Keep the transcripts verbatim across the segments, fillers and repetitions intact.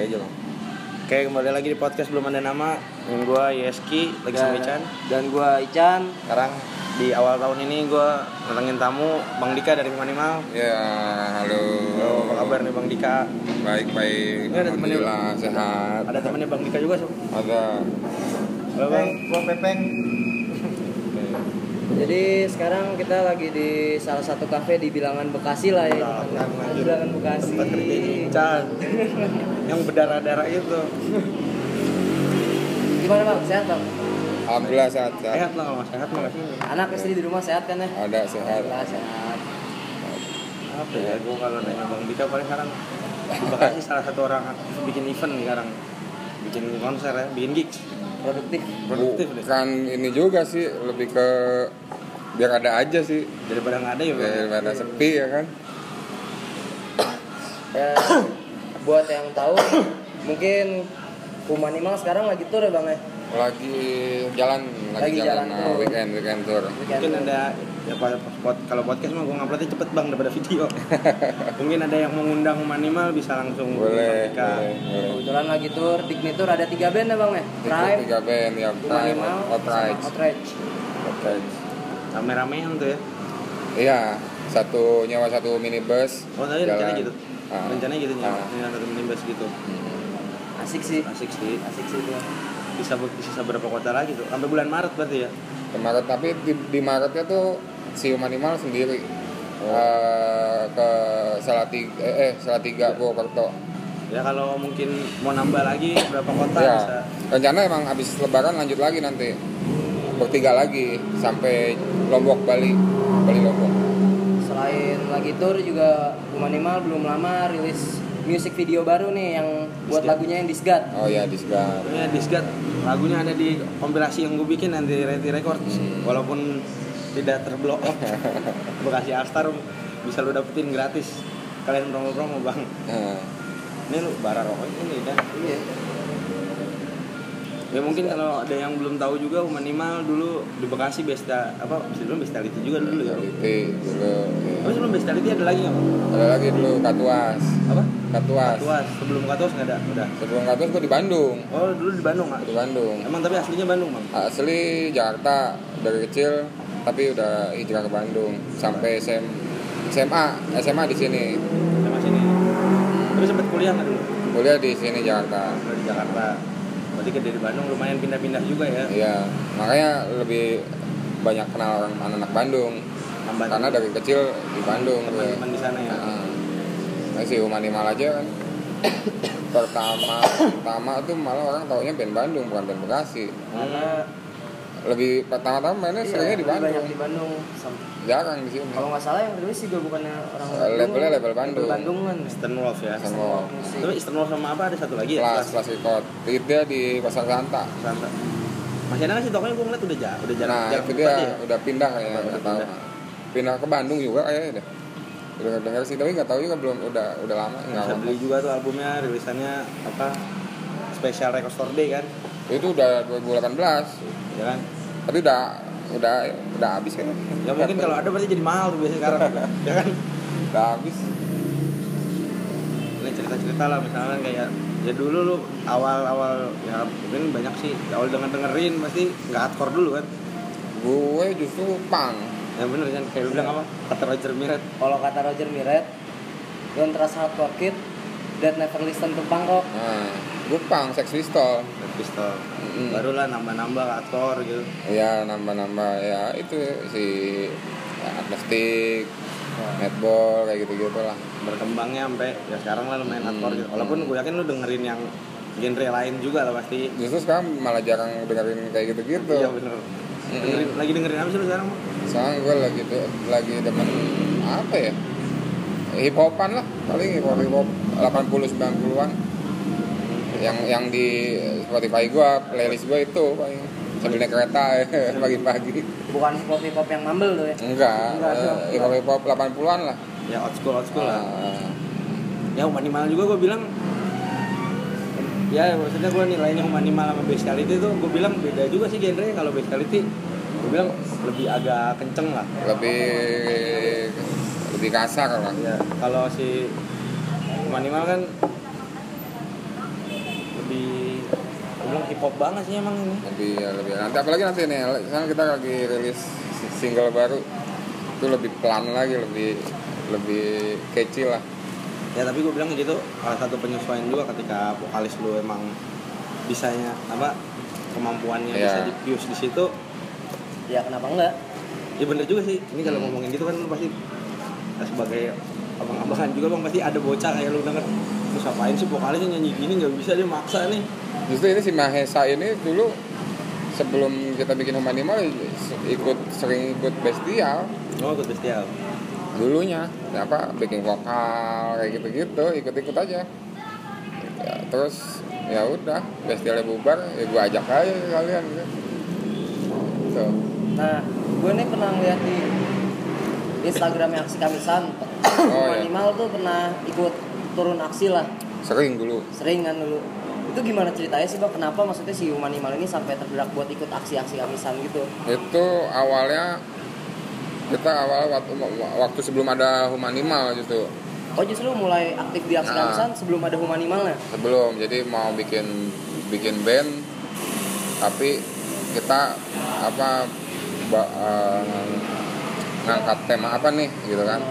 santai aja bang. Oke, kembali lagi di podcast belum ada nama. Dengan gue Yeski lagi sama Ican. Dan gue Ican. Sekarang di awal tahun ini gue nantangin tamu Bang Dika dari Humanimal. Ya, halo. Halo, apa kabar nih Bang Dika? Baik-baik. Ini ada temennya, Alhamdulillah sehat. Ada temannya Bang Dika juga, Sob? Ada. Halo Bang. Gue Pepeng. Jadi sekarang kita lagi di salah satu kafe di Bilangan Bekasi lah ya. Bilangan, Bilangan Bekasi. Tempat kerja Ican. Yang berdarah-darah itu. Gimana bang? Sehat bang? Alhamdulillah sehat. Sehat. Sehat lah, kalau sehat mah sih. Anak istri di rumah sehat kan ya? Ada sehat. Alhamdulillah sehat. Apa ya? Gue kalau nanya Bang Dika paling sekarang di Bekasi salah satu orang bikin event nih sekarang. Bikin konser ya, bikin gigs. Produktif. Produktif deh. Bukan ini juga sih, lebih ke biar ada aja sih. Daripada nggak ada ya Bang. Daripada sepi ya kan. Ya, buat yang tahu mungkin Humanimal sekarang lagi tour ya bang ya? Lagi jalan, lagi, Lagi jalan, jalan nah, tour. weekend, weekend tour. Mungkin ada ya pod, kalau podcast mah gue nguploadnya cepet bang daripada video. Mungkin ada yang mengundang Humanimal bisa langsung Boleh, Bang Dika. boleh, boleh. Kebetulan lagi tour, Digni Tour ada tiga band ya bang ya? Prime, Tiga band ya, Prime, Humanimal, sama Outrage. Outrage. Outrage. Rame-ramean tuh ya. Iya, satu nyewa satu minibus. Oh tadi rencananya gitu. Ah. Rencananya gitu Ah. nyewa satu minibus gitu. Asik sih, Asik sih. asik sih itu. Bisa bisa berapa kota lagi tuh? Sampai bulan Maret berarti ya. Ke Maret, tapi di, di Maretnya tuh si Humanimal sendiri Oh. uh, ke Salatiga, eh, eh Salatiga Purwokerto. Ya kalau mungkin mau nambah lagi berapa kota Ya, bisa. rencana emang habis Lebaran lanjut lagi nanti bertiga lagi sampai Lombok, Bali, Bali Lombok. Selain lagi tour juga Humanimal belum lama rilis music video baru nih yang buat Disgat. lagunya yang Disgat. Oh ya, Disgar. Ya Disgat lagunya ada di kompilasi yang gue bikin nanti Reti Records. Hmm. Walaupun tidak terblok Bekasi Astar bisa lo dapetin gratis. Kalian promo-promo bang. Nah, Ini lu bara rokok ini dan Iya. ya mungkin kalau ada yang belum tahu juga Humanimal dulu di Bekasi Besta apa sebelum Bestality juga dulu ya. Quality dulu. Oh sebelum Bestality ada lagi nggak? Bang? Ada lagi dulu Katuas. Apa? Katuas. Katuas. Sebelum Katuas nggak ada. Udah. Sebelum Katuas gue di Bandung. Oh dulu di Bandung nggak? Di Bandung. Emang tapi aslinya Bandung bang? Asli Jakarta dari kecil, tapi udah hijrah ke Bandung sampai S M, S M A, S M A di sini. Sama sini. Tapi sempat kuliah nggak dulu? Kuliah di sini Jakarta. Kuliah di Jakarta. Berarti kerja di Bandung lumayan pindah-pindah juga ya. Iya, makanya lebih banyak kenal orang anak-anak Bandung. Nambah Karena dari kecil di Bandung gue. teman-teman di sana ya. Nah, nah si Humanimal aja kan. pertama pertama tuh malah orang taunya band Bandung bukan band Bekasi. Karena Lebih pertama-tama mainnya iya, seringnya di lebih Bandung. banyak di Bandung. Sam- Jarang di sini. Kalau nggak salah yang rilis juga bukannya orang Eh, Bandung. labelnya label Bandung. Label Bandungan. Eastern Wolf ya. Eastern Wolf. Musik. Tapi Eastern Wolf sama apa ada satu lagi ya? Kelas kelas record. Dia di Pasar Santa. Santa. Masih ada nggak sih tokonya gue ngeliat udah jauh, udah jarang. Nah, jarang itu buka dia udah pindah kayaknya, Udah nggak tahu. pindah. Pindah ke Bandung juga kayaknya deh. Udah dengar sih, tapi nggak tahu juga belum udah udah lama nggak Bisa lama. beli juga tuh albumnya, rilisannya apa? Special Record Store Day kan? Itu udah dua ribu delapan belas. Ya kan? Tapi udah udah udah habis kan. Ya mungkin kalau ada berarti jadi mahal tuh biasanya sekarang. Ya kan? Udah habis. Ini cerita-cerita lah misalnya kayak ya dulu lu awal-awal ya mungkin banyak sih awal denger dengerin pasti nggak hardcore dulu kan? Gue justru punk. Ya bener kan kayak lu bilang apa? Kata Roger Miret. Kalau kata Roger Miret, don't trust hardcore kid that never listen to punk rock. Nah, gue punk, Sex Pistol. Red Pistol. Mm. Barulah nambah-nambah hardcore gitu. Iya, nambah-nambah ya itu si ya, Agnostic, Netball kayak gitu-gitu lah. Berkembangnya sampai ya sekarang lah lumayan Hmm. hardcore gitu. Walaupun gue yakin lu dengerin yang genre lain juga lah pasti. Justru sekarang malah jarang dengerin kayak gitu-gitu. Iya bener. Dengerin, lagi dengerin apa sih lu sekarang? Bang? Sekarang gue lagi tuh lagi demen apa ya? Hip hopan lah, paling hip hop hip hop delapan puluh sembilan puluhan. Yang yang di Spotify gue, playlist gue itu paling sambil naik kereta ya, pagi-pagi. Bukan hip hop hip hop yang mumble tuh ya. Enggak, Enggak, eh, enggak. hip hop hip hop delapan puluhan lah. Ya old school old school lah. Ah, Ya Humanimal juga gue bilang ya maksudnya gue nilainya Humanimal sama Bestiality itu gue bilang beda juga sih genrenya. Kalau Bestiality gue bilang lebih agak kenceng lah lebih lebih kasar lah. ya. Kalau si Humanimal kan pop banget sih emang ini. Lebih ya, lebih nanti apalagi nanti nih, sekarang kita lagi rilis single baru itu lebih pelan lagi, lebih lebih catchy lah. Ya tapi gue bilang gitu, salah satu penyesuaian juga ketika vokalis lu emang bisanya apa kemampuannya Iya. bisa di-fuse di situ. Ya kenapa enggak? Ya bener juga sih. Ini kalau Hmm. ngomongin gitu kan lu pasti ya, sebagai abang-abangan juga bang pasti ada bocah kayak lu denger. Terus apain sih vokalisnya nyanyi gini nggak bisa dia maksa nih. Justru ini si Mahesa ini dulu sebelum kita bikin Humanimal ikut sering ikut Bestial Oh ikut bestial. dulunya, apa backing vokal kayak gitu-gitu, ikut-ikut aja. Ya, terus ya udah Bestialnya bubar, ya gue ajak aja kalian gitu. Tuh. Nah, gue nih pernah ngeliat di Instagramnya Aksi Kamisan. Oh, iya. Minimal tuh pernah ikut turun aksi lah, Sering dulu. sering kan dulu. Itu gimana ceritanya sih bang? Kenapa maksudnya si Humanimal ini sampai tergerak buat ikut aksi-aksi Kamisan gitu? Itu awalnya kita awal waktu, waktu sebelum ada Humanimal gitu. Oh justru mulai aktif di aksi Nah. Kamisan sebelum ada Humanimalnya? Sebelum, jadi mau bikin bikin band, tapi kita apa ba, uh, ngangkat tema apa nih gitu kan?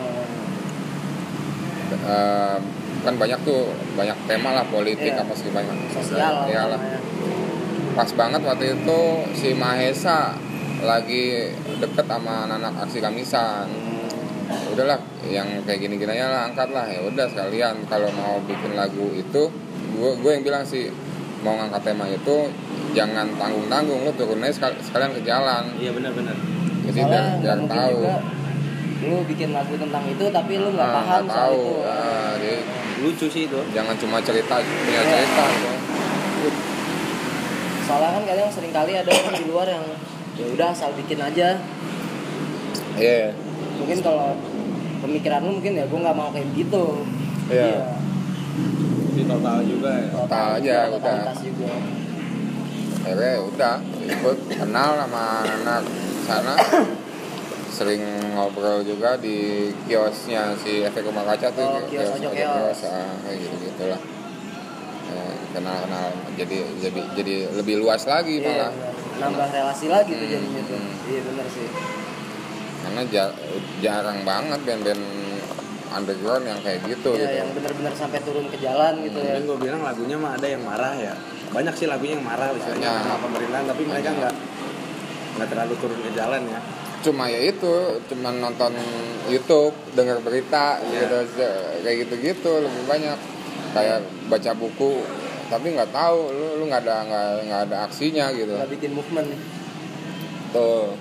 Uh, kan banyak tuh banyak tema lah, politik Iya. apa sih banyak Sosial ya lah. namanya. Pas banget waktu itu si Mahesa lagi deket sama anak aksi Kamisan. Udahlah yang kayak gini-gini aja lah, angkat lah, ya udah sekalian kalau mau bikin lagu itu gue gue yang bilang sih mau ngangkat tema itu jangan tanggung-tanggung, lu turun aja sekal- sekalian ke jalan. Iya benar-benar. Jadi Soalnya jangan nggak jangan mungkin tahu. juga lu bikin lagu tentang itu tapi lu nggak Ah, paham nggak soal tahu. itu. Ah, jadi Lucu sih itu. jangan cuma cerita punya cerita gitu. Soalnya kan kadang sering kali ada orang di luar yang ya udah asal bikin aja. Iya. Mungkin kalau pemikiran lu mungkin ya gue nggak mau kayak gitu. Iya. Di total juga ya. Total aja, juga, udah. totalitas juga. Akhirnya udah ikut kenal sama anak sana, sering ngobrol juga di kiosnya si Efek Rumah Kaca tuh. Oh, kios Ojo Kios. Ah, kayak gitu gitulah. Eh, kenal-kenal jadi jadi jadi lebih luas lagi Iya, malah. bener. Nambah relasi lagi tuh Hmm, jadinya tuh. hmm. Iya benar sih. Karena ja- jarang banget band-band underground yang kayak gitu Iya gitu. yang benar-benar sampai turun ke jalan gitu ya. Mungkin gue bilang lagunya mah ada yang marah ya. Banyak sih lagunya yang marah misalnya Banyak. sama pemerintahan tapi mereka Banyak. nggak nggak terlalu turun ke jalan ya. Cuma ya itu, cuma nonton YouTube, dengar berita Iya. gitu, kayak gitu-gitu lebih banyak. Kayak baca buku, tapi nggak tahu, lu lu nggak ada nggak nggak ada aksinya gitu. Nggak bikin movement. Tuh,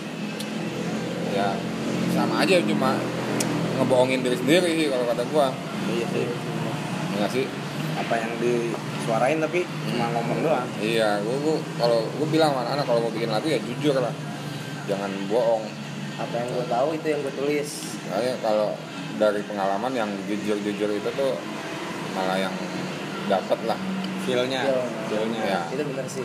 ya sama aja cuma ngebohongin diri sendiri sih kalau kata gua. Iya sih. Enggak sih? Apa yang disuarain tapi cuma ngomong doang. Iya, gua, gua kalau gua bilang sama anak kalau mau bikin lagu ya jujur lah, jangan bohong. Apa yang gue tahu itu yang gue tulis. Soalnya kalau dari pengalaman yang jujur-jujur itu tuh malah yang dapat lah. Feel-nya, Feel. feel-nya. Ya. Itu benar sih.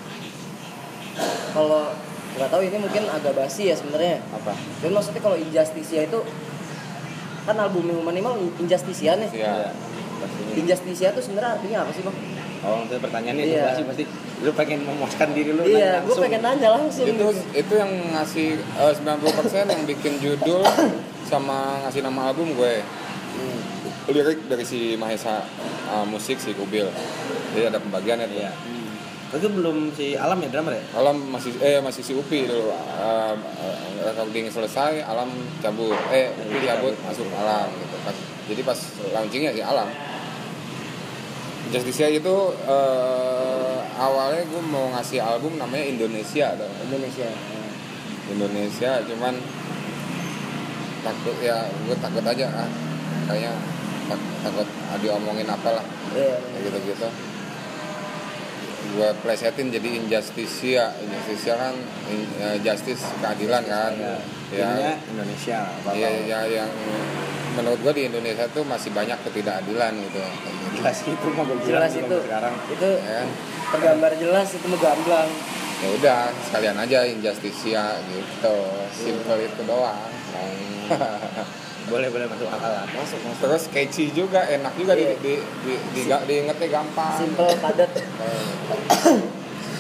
Kalau nggak tahu ini mungkin agak basi ya sebenarnya. Apa? Dan maksudnya kalau Injusticia itu kan album Humanimal Injusticia nih. Iya. Pastinya. Injusticia itu sebenarnya artinya apa sih bang? Oh, itu pertanyaannya itu Iya. pasti pasti lu pengen memuaskan diri lu Iya, nanya gue langsung. pengen nanya langsung. Itu itu yang ngasih eh, sembilan puluh persen yang bikin judul sama ngasih nama album gue. Hmm. Lirik dari si Mahesa, uh, musik si Kubil. Jadi ada pembagiannya tuh. Iya. Itu belum si Alam ya drummer ya? Alam masih eh masih si Upi dulu. Uh, uh, recording selesai, Alam cabut. Eh, Upi cabut masuk Alam gitu kan. Jadi pas launchingnya si Alam. Justicia itu uh, awalnya gue mau ngasih album namanya Indonesia tuh. Indonesia. Indonesia cuman takut ya gue takut aja ah kayaknya tak- takut ah, diomongin apalah Iya. kayak gitu-gitu gue plesetin jadi Injusticia. Injusticia kan in, eh, justice keadilan kan Jadinya ya Indonesia. apa-apa. ya, ya yang menurut gue di Indonesia tuh masih banyak ketidakadilan gitu. Jelas itu mah gue Jelas bilang itu. juga sekarang. Itu Ya kan? tergambar jelas itu menggamblang. Ya udah sekalian aja Injusticia gitu, simple itu doang. Boleh boleh masuk akal lah. Masuk masuk. Terus catchy juga, enak juga Iya. di, di, di, di, di, diingetnya gampang. Simple padat.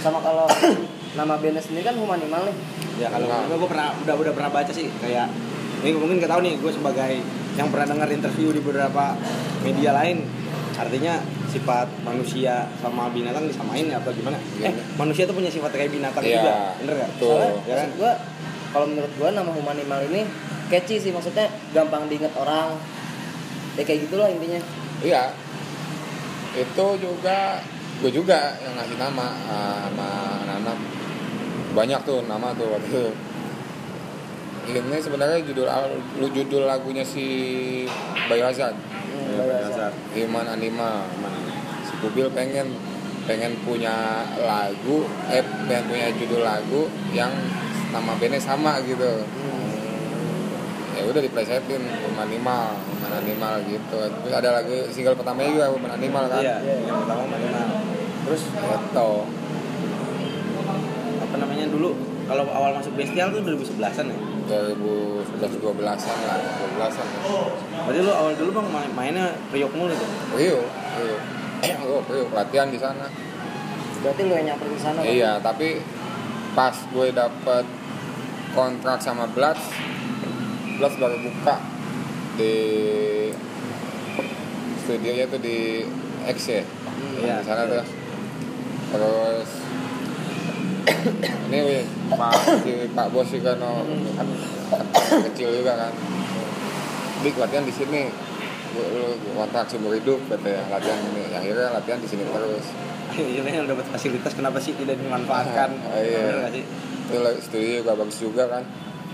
sama kalau nama bandnya sendiri kan Humanimal nih. Ya kalau Nah. gue pernah udah udah pernah baca sih kayak ini mungkin nggak tahu nih gue sebagai yang pernah dengar interview di beberapa media lain, artinya sifat manusia sama binatang disamain ya atau gimana? Iya. Eh manusia tuh punya sifat kayak binatang Iya, juga, bener nggak? betul. Soalnya Ya kan? maksud gua kalau menurut gua nama Humanimal ini catchy sih, maksudnya gampang diinget orang. Ya kayak gitulah intinya. Iya. Itu juga gue juga yang ngasih nama uh, sama anak-anak. Banyak tuh nama tuh waktu itu. Ini sebenarnya judul lu judul lagunya si Biohazard. Hmm, Ya, kayak dasar. Human Animal. Si Kubil pengen pengen punya lagu, eh pengen punya judul lagu yang nama bandnya sama gitu. Hmm. Ya udah diplesetin Human Animal, Human Animal gitu. Terus ada lagu single pertamanya juga Human Animal kan. Iya, yang pertama mana? Terus Gitu. apa namanya dulu kalau awal masuk Bestial tuh dua ribu sebelas-an ya? dua ribu sebelas dua belasan lah, dua belasan. Berarti lu awal dulu bang main- mainnya Priok mulu tuh? Rio, Rio. Oh, Rio latihan di sana. Berarti lu yang nyamperin ke sana. Bang? Iya, tapi pas gue dapet kontrak sama Bloods, Bloods baru buka di studionya tuh di X ya, Hmm. Iya. di sana tuh. Terus ini wih, Pak si Pak Bos juga no, kan kecil juga kan. Big latihan di sini. Lu lu kontrak seumur hidup katanya latihan ini. Akhirnya latihan di sini terus. Ini yang dapat fasilitas kenapa sih tidak dimanfaatkan? Ah, iya. Bener nggak sih? Itu lah, studio juga bagus juga kan.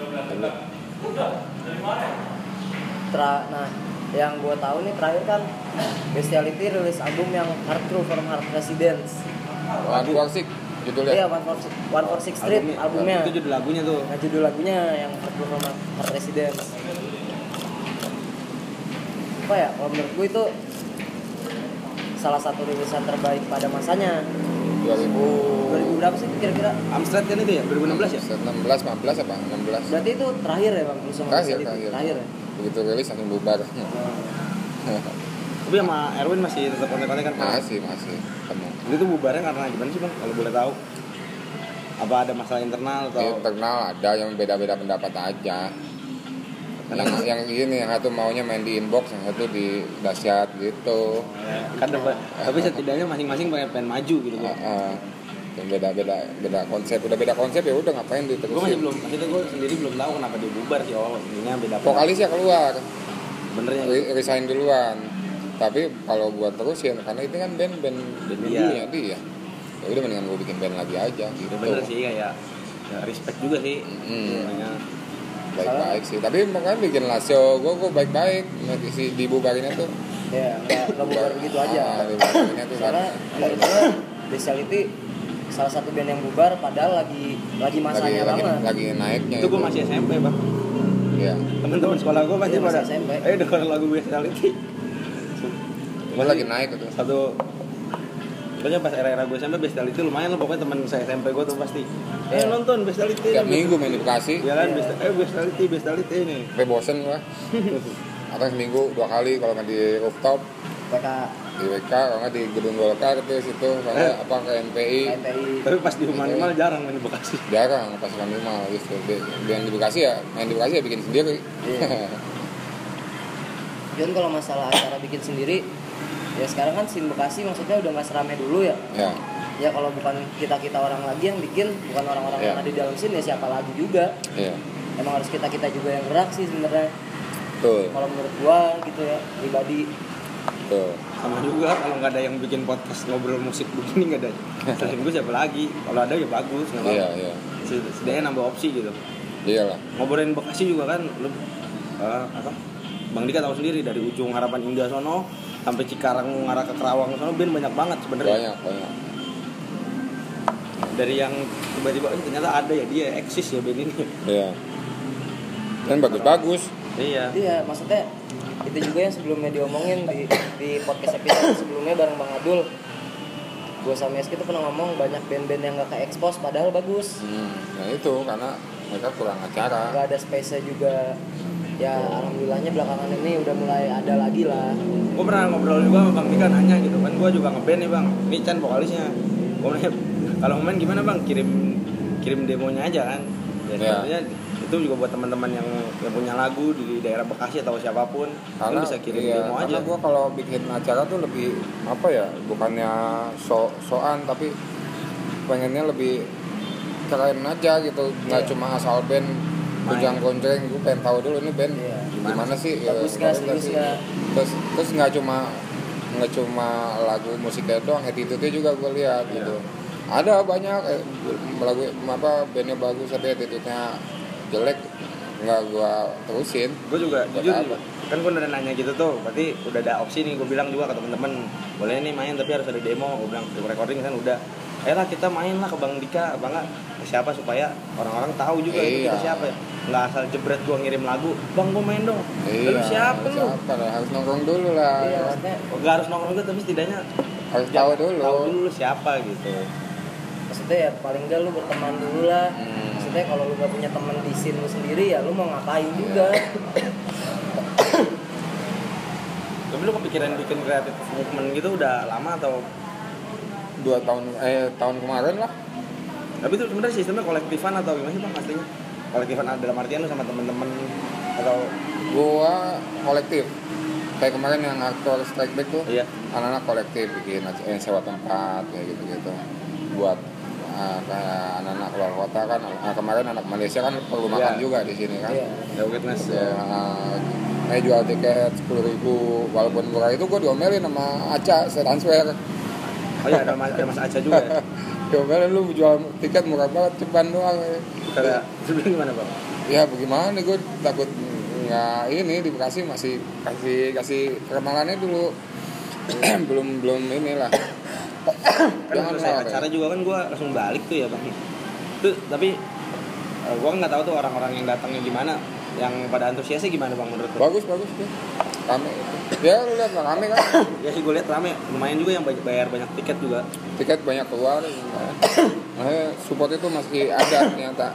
Tra- nah, yang gua tahu nih terakhir kan Bestiality rilis album yang Hard True from Hard Residence. One for Six judulnya. Iya, One for Six, One for Six Street albumnya. Itu judul lagunya tuh. Nah, judul lagunya yang Hard True from Hard Residence. Apa ya? Kalau menurut gue itu salah satu rilisan terbaik pada masanya. dua ribu dua ribu berapa sih kira-kira? Amstrad kan itu ya? dua ribu enam belas ya? enam belas, lima belas apa? enam belas. Berarti itu terakhir ya, Bang? Lu sama Terakhir, Bestiality? terakhir. Terakhir ya? Begitu rilis langsung bubar. Tapi sama Erwin masih tetap kontak-kontak kan? Masih, masih ketemu. Itu tuh bubarnya karena gimana sih bang? Kalau boleh tahu? Apa ada masalah internal atau? Internal ada yang beda-beda pendapat aja. Yang yang gini, yang satu maunya main di inbox, yang satu di dahsyat gitu. Kan dapat. Tapi setidaknya masing-masing pengen, pengen maju gitu. Uh, uh, yang beda-beda beda konsep, udah beda konsep ya udah ngapain Gue masih diterusin. belum, maksudnya gue sendiri belum tahu kenapa dia bubar sih. Oh, ininya beda. Vokalisnya keluar, Benernya. re- resign duluan. Tapi kalau buat terusin, karena itu kan band band band Dia. dia, dia. Ya udah mendingan gue bikin band lagi aja gitu. Ya bener sih kayak ya respect juga sih. Hmm. Namanya. Baik-baik sih. Tapi makanya bikin lasio, gue gue baik-baik. Nanti si dibubarinnya tuh. Ya, nggak nggak bubar begitu Ah, aja. dibubarinnya tuh kan. Karena menurut gue Bestiality salah satu band yang bubar padahal lagi lagi lagi masanya lagi, banget. lagi naiknya. Itu gue masih S M P bang. Iya. Temen-temen sekolah gue masih Iya, masih pada. S M P. Eh dengerin lagu Bestiality. Gue lagi naik itu. Satu. Pokoknya pas era-era gue S M P Bestiality lumayan lah pokoknya teman saya S M P gue tuh pasti. Eh Iya. nonton Bestiality. Tiap minggu main di Bekasi. Ya kan, Iya. Besti- eh Bestiality, Bestiality ini. Sampai bosen gue. Atau seminggu dua kali kalau nggak di rooftop, P K di W K, kalau nggak di gedung Golkar itu situ, kalau nggak Eh. apa ke N P I. K N P I. Tapi pas di Humanimal jarang main di Bekasi. Jarang pas minimal gitu. Di- Yang di Bekasi ya, main di Bekasi ya bikin sendiri. Iya. Jadi kalau masalah acara bikin sendiri, ya sekarang kan Scene Bekasi maksudnya udah nggak seramai dulu ya. Ya, Ya kalau bukan kita-kita orang lagi yang bikin, bukan orang-orang Iya. yang ada di dalam scene ya siapa lagi juga. iya. Emang harus kita-kita juga yang gerak sih sebenarnya. Betul, Kalau menurut gua gitu ya, pribadi. betul. Sama juga kalau nggak ada yang bikin podcast ngobrol musik begini nggak ada. Selain gue siapa lagi? Kalau ada ya bagus, nggak Iya, apa-apa. iya. Setidaknya nambah opsi gitu. Iyalah. Ngobrolin Bekasi juga kan, lu eh, apa? Bang Dika tahu sendiri dari ujung Harapan Indah sono sampai Cikarang ngarah ke Kerawang sono band banyak banget sebenarnya. Banyak, banyak. Dari yang tiba-tiba eh, ternyata ada ya dia eksis ya band ini. Iya. Dan bagus-bagus. Iya. Iya, maksudnya itu juga yang sebelumnya diomongin di di podcast episode sebelumnya bareng Bang Adul. Gua sama Eski tuh pernah ngomong banyak band-band yang gak ke-expose padahal bagus. Hmm, nah itu karena mereka kurang acara. Gak ada space-nya juga. Ya alhamdulillahnya belakangan ini udah mulai ada lagi lah. Gue pernah ngobrol juga sama Bang Dika nanya gitu kan, gue juga ngeband nih bang, ini Chan vokalisnya. Gue nanya, kalau main gimana bang, kirim kirim demonya aja kan ya, Ya. sebenarnya itu juga buat teman-teman yang yang punya lagu di daerah Bekasi atau siapapun kan Karena bisa kirim iya, demo aja. karena gue kalau bikin acara tuh lebih apa ya, bukannya so soan tapi pengennya lebih keren aja gitu, nggak Iya. cuma asal band kujang gonceng. Gue pengen tahu dulu ini band Iya. gimana sih, Bagus ya, nggak, bagus nggak serius sih? nggak? terus terus nggak cuma nggak cuma lagu musiknya doang, attitude-nya juga gue lihat Iya. gitu. Ada banyak eh, lagu apa bandnya bagus tapi attitude-nya jelek, nggak gue terusin. Gue juga Buat jujur apa? kan gue udah nanya gitu tuh, berarti udah ada opsi nih. Gue bilang juga ke temen-temen, boleh nih main tapi harus ada demo. Gue bilang di recording kan udah, ayolah kita main lah ke Bang Dika, apa enggak ke siapa, supaya orang-orang tahu juga itu Iya. kita siapa ya. Nggak asal jebret gue ngirim lagu, bang gue main dong. Iya, Lu siapa lu? siapa lah, harus nongkrong dulu lah. Iya, ya kan? maksudnya Nggak harus nongkrong juga, tapi setidaknya Harus jangan tahu dulu. tahu dulu lu siapa gitu. maksudnya ya paling enggak lu berteman dulu lah. Hmm. Maksudnya kalau lu gak punya teman di scene lu sendiri ya lu mau ngapain juga. Tapi lu kepikiran bikin kreatif movement gitu udah lama atau? Dua tahun eh tahun kemarin lah. Tapi itu sebenarnya sistemnya kolektifan atau gimana sih bang aslinya? Kolektifan dalam artian lu sama temen-temen atau? Gua kolektif. Kayak kemarin yang aktor Strike Back tuh, Iya. anak-anak kolektif bikin eh, sewa tempat kayak gitu-gitu. Buat uh, kayak anak-anak keluar kota kan. Nah, kemarin anak Malaysia kan perlu makan Iya. juga di sini kan. Iya. Ya witness. Ya, uh, kayak jual tiket sepuluh ribu, walaupun murah itu gue diomelin sama Aca, saya transfer. Oh iya ada mas, ada mas Aca juga ya? Diomelin lu jual tiket murah banget, ceban doang. Karena sebelum gimana bang? Ya bagaimana, gue takut nggak ini di Bekasi masih kasih kasih perkemalannya dulu. belum belum inilah. Kan Jangan selesai lah, acara juga kan gue langsung balik tuh ya bang. Tuh tapi uh, gue nggak tahu tuh orang-orang yang datangnya gimana, yang pada antusiasnya gimana bang menurut lu? bagus bagus tuh, rame. Ya lu lihat lah, rame kan. Ya sih gue lihat rame, lumayan juga yang bay- bayar banyak tiket juga. Tiket banyak keluar. Nah, support itu masih ada ternyata.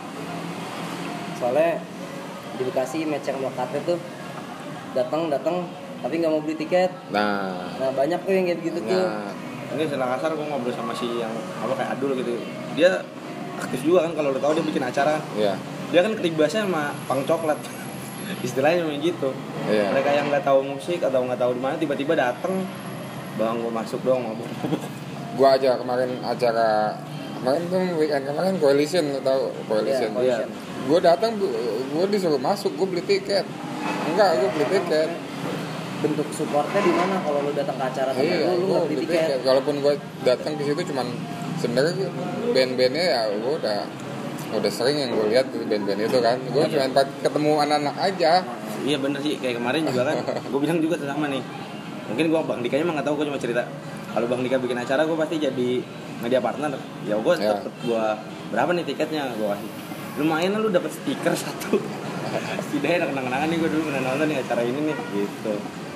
Soalnya di Bekasi match yang lokatnya tuh datang datang tapi nggak mau beli tiket. Nah, Nah banyak tuh yang kayak gitu tuh. nah Ini setelah kasar gue ngobrol sama si yang apa kayak Adul gitu. Dia aktif juga kan, kalau lo tahu dia bikin acara. iya. Dia kan keribasnya sama pang coklat. Istilahnya memang gitu. Iya. Mereka yang nggak tahu musik atau nggak tahu di mana tiba-tiba datang, bang gue masuk dong mabuk-mabuk. Gua aja kemarin acara kemarin tuh weekend kemarin Coalition, lo tau Coalition. Iya, Coalition. Gue datang, gue disuruh masuk, gue beli tiket. Enggak, gue beli tiket. Bentuk supportnya di mana kalau lu datang ke acara temen Iya, lu, lu gue nggak beli beli tiket. tiket. Kalaupun gue datang ke situ cuman sebenarnya band-bandnya ya gue udah udah sering yang gue lihat tuh band-band itu kan. Gue cuma ketemu anak-anak aja. Iya bener sih, kayak kemarin juga kan. Gue bilang juga tuh sama nih. Mungkin gue Bang Dikanya emang nggak tahu, gue cuma cerita. Kalau Bang Dika bikin acara, gue pasti jadi media partner. Ya gue Ya. dapet gue berapa nih tiketnya gue kasih. Lumayan lah lu dapet stiker satu. Setidaknya kenang-kenangan nih gue dulu pernah nonton nih acara ini nih. Gitu.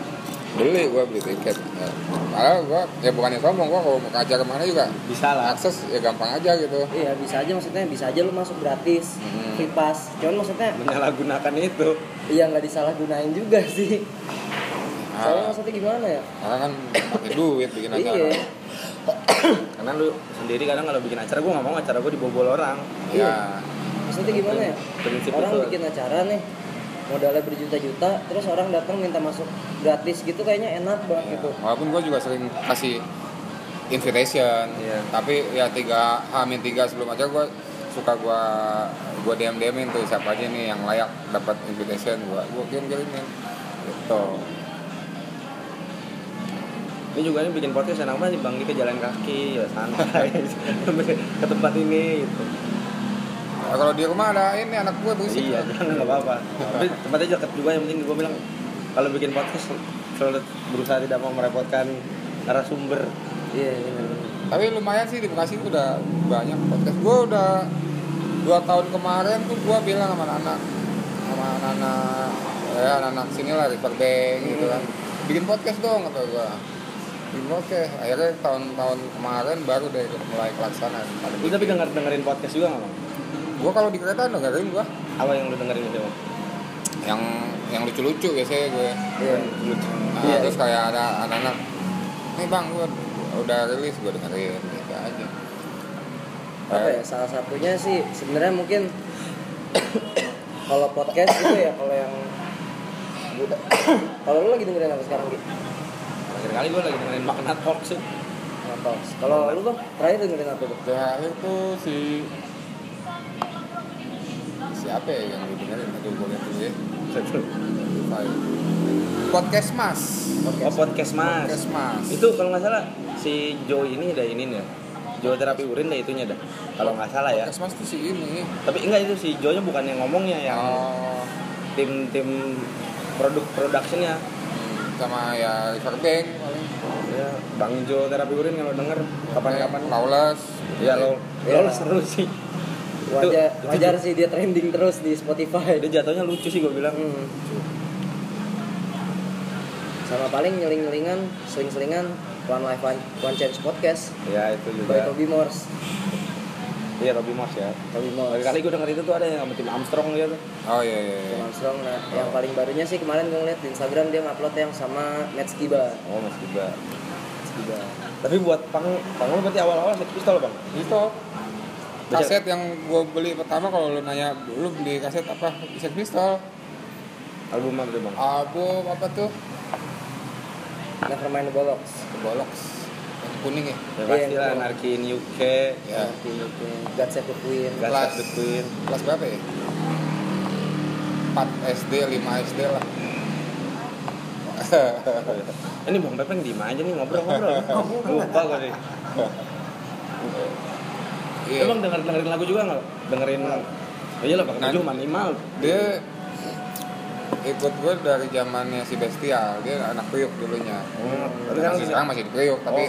Beli, gue beli tiket. Ya. Padahal gue ya bukannya sombong, gue kalau mau ke acara mana juga Bisa lah. akses ya gampang aja gitu. Iya bisa aja, maksudnya bisa aja lu masuk gratis, Hmm. free pass. Cuman maksudnya Menyalahgunakan itu. iya nggak disalahgunain juga sih. Soalnya Ah, maksudnya gimana ya? karena kan pakai duit bikin acara. Iya. Karena lu sendiri kadang kalau bikin acara, gue nggak mau acara gue dibobol orang. Ya, Maksudnya gimana ya? Prinsip Orang itu. bikin acara nih, modalnya berjuta-juta, terus orang datang minta masuk gratis gitu, kayaknya enak banget ya. gitu. Walaupun gue juga sering kasih invitation, Iya. tapi ya tiga hamin tiga sebelum acara gue suka gue gue dm dmin tuh siapa aja nih yang layak dapat invitation, gue gue kirim kirimin gitu. Ini juga nih bikin podcast enak banget nih Bang Dika, jalan kaki ya santai ke tempat ini gitu. Nah, kalau di rumah ada ini anak gue berisik. Iya, jangan nggak apa-apa. Tapi tempatnya dekat juga, yang penting gue bilang kalau bikin podcast selalu berusaha tidak mau merepotkan narasumber. Iya, iya, iya. Tapi lumayan sih di Bekasi udah banyak podcast. Gue udah dua tahun kemarin tuh gue bilang sama anak-anak sama anak-anak ya anak-anak sini lah Riverbank gitu kan, bikin podcast dong kata gue. Bikin podcast. Akhirnya tahun-tahun kemarin baru deh mulai pelaksanaan. Lu tapi denger dengerin podcast juga nggak Bang? Gue kalau di kereta dengerin gue Apa yang lu dengerin itu Bang? yang yang lucu-lucu biasanya gue. Iya. Nah, Iya, terus kayak ada anak-anak, nih bang gue udah rilis, gue dengerin gitu aja. apa ya? Salah satunya sih sebenarnya mungkin kalau podcast gitu ya, kalau yang kalau lu lagi dengerin apa sekarang gitu? Terakhir kali gue lagi dengerin Makna Talk sih. Nonton. Kalau lu bang terakhir dengerin apa tuh? Terakhir tuh si siapa ya yang dengerin? Aduh gue lihat dulu ya. Podcast Mas. Oh podcast mas. Podcast Mas. Itu kalau nggak salah si Joe ini ada ini ya. Joe terapi urin dah itunya dah. Kalau nggak salah ya. Podcast Mas tuh si ini. Tapi enggak itu si Joe nya bukan yang ngomongnya yang Oh, tim-tim produk productionnya. sama ya Riverbank paling. Ya, Bang Joe terapi urin kalau denger kapan-kapan. Lawless. Iya lo, Iya. lo seru sih. Wajar, Itu- wajar sih dia trending terus di Spotify. Dia jatuhnya lucu sih gue bilang. Hmm. Sama paling nyeling-nyelingan, seling-selingan One Life One, One Chance Podcast Ya itu by juga. Toby Morse. Iya Robby Moss ya. Toby Kali Morse. kali gue denger itu tuh ada yang sama tim Armstrong gitu. Oh iya iya. Tim iya. Armstrong. Nah, yang paling barunya sih kemarin gue ngeliat di Instagram dia ngupload yang sama Matt Skiba. Oh Mas Giba. Skiba. Tapi buat pang, pang lu berarti awal-awal Sex Pistol bang. Itu kaset yang gue beli pertama kalau lu nanya lu beli kaset apa? Sex Pistol. Album apa tuh bang? Album apa tuh? Nevermind the Bollocks. The Bollocks. Yang kuning ya. Ya pasti lah Iya, Anarchy in U K. Ya. God Save the Queen. God Kelas- Save the Queen. Kelas berapa ya? empat S D, lima S D lah. Ini bang Pepeng diem aja nih ngobrol-ngobrol. Lupa gue nih. Iya. Emang denger dengerin lagu juga nggak? Dengerin. Oh iya lah pakai Nah, baju minimal. Dia ikut gue dari zamannya si Bestial. Dia anak Priuk dulunya. Hmm. Tapi Masih sekarang sekarang masih di Priuk, tapi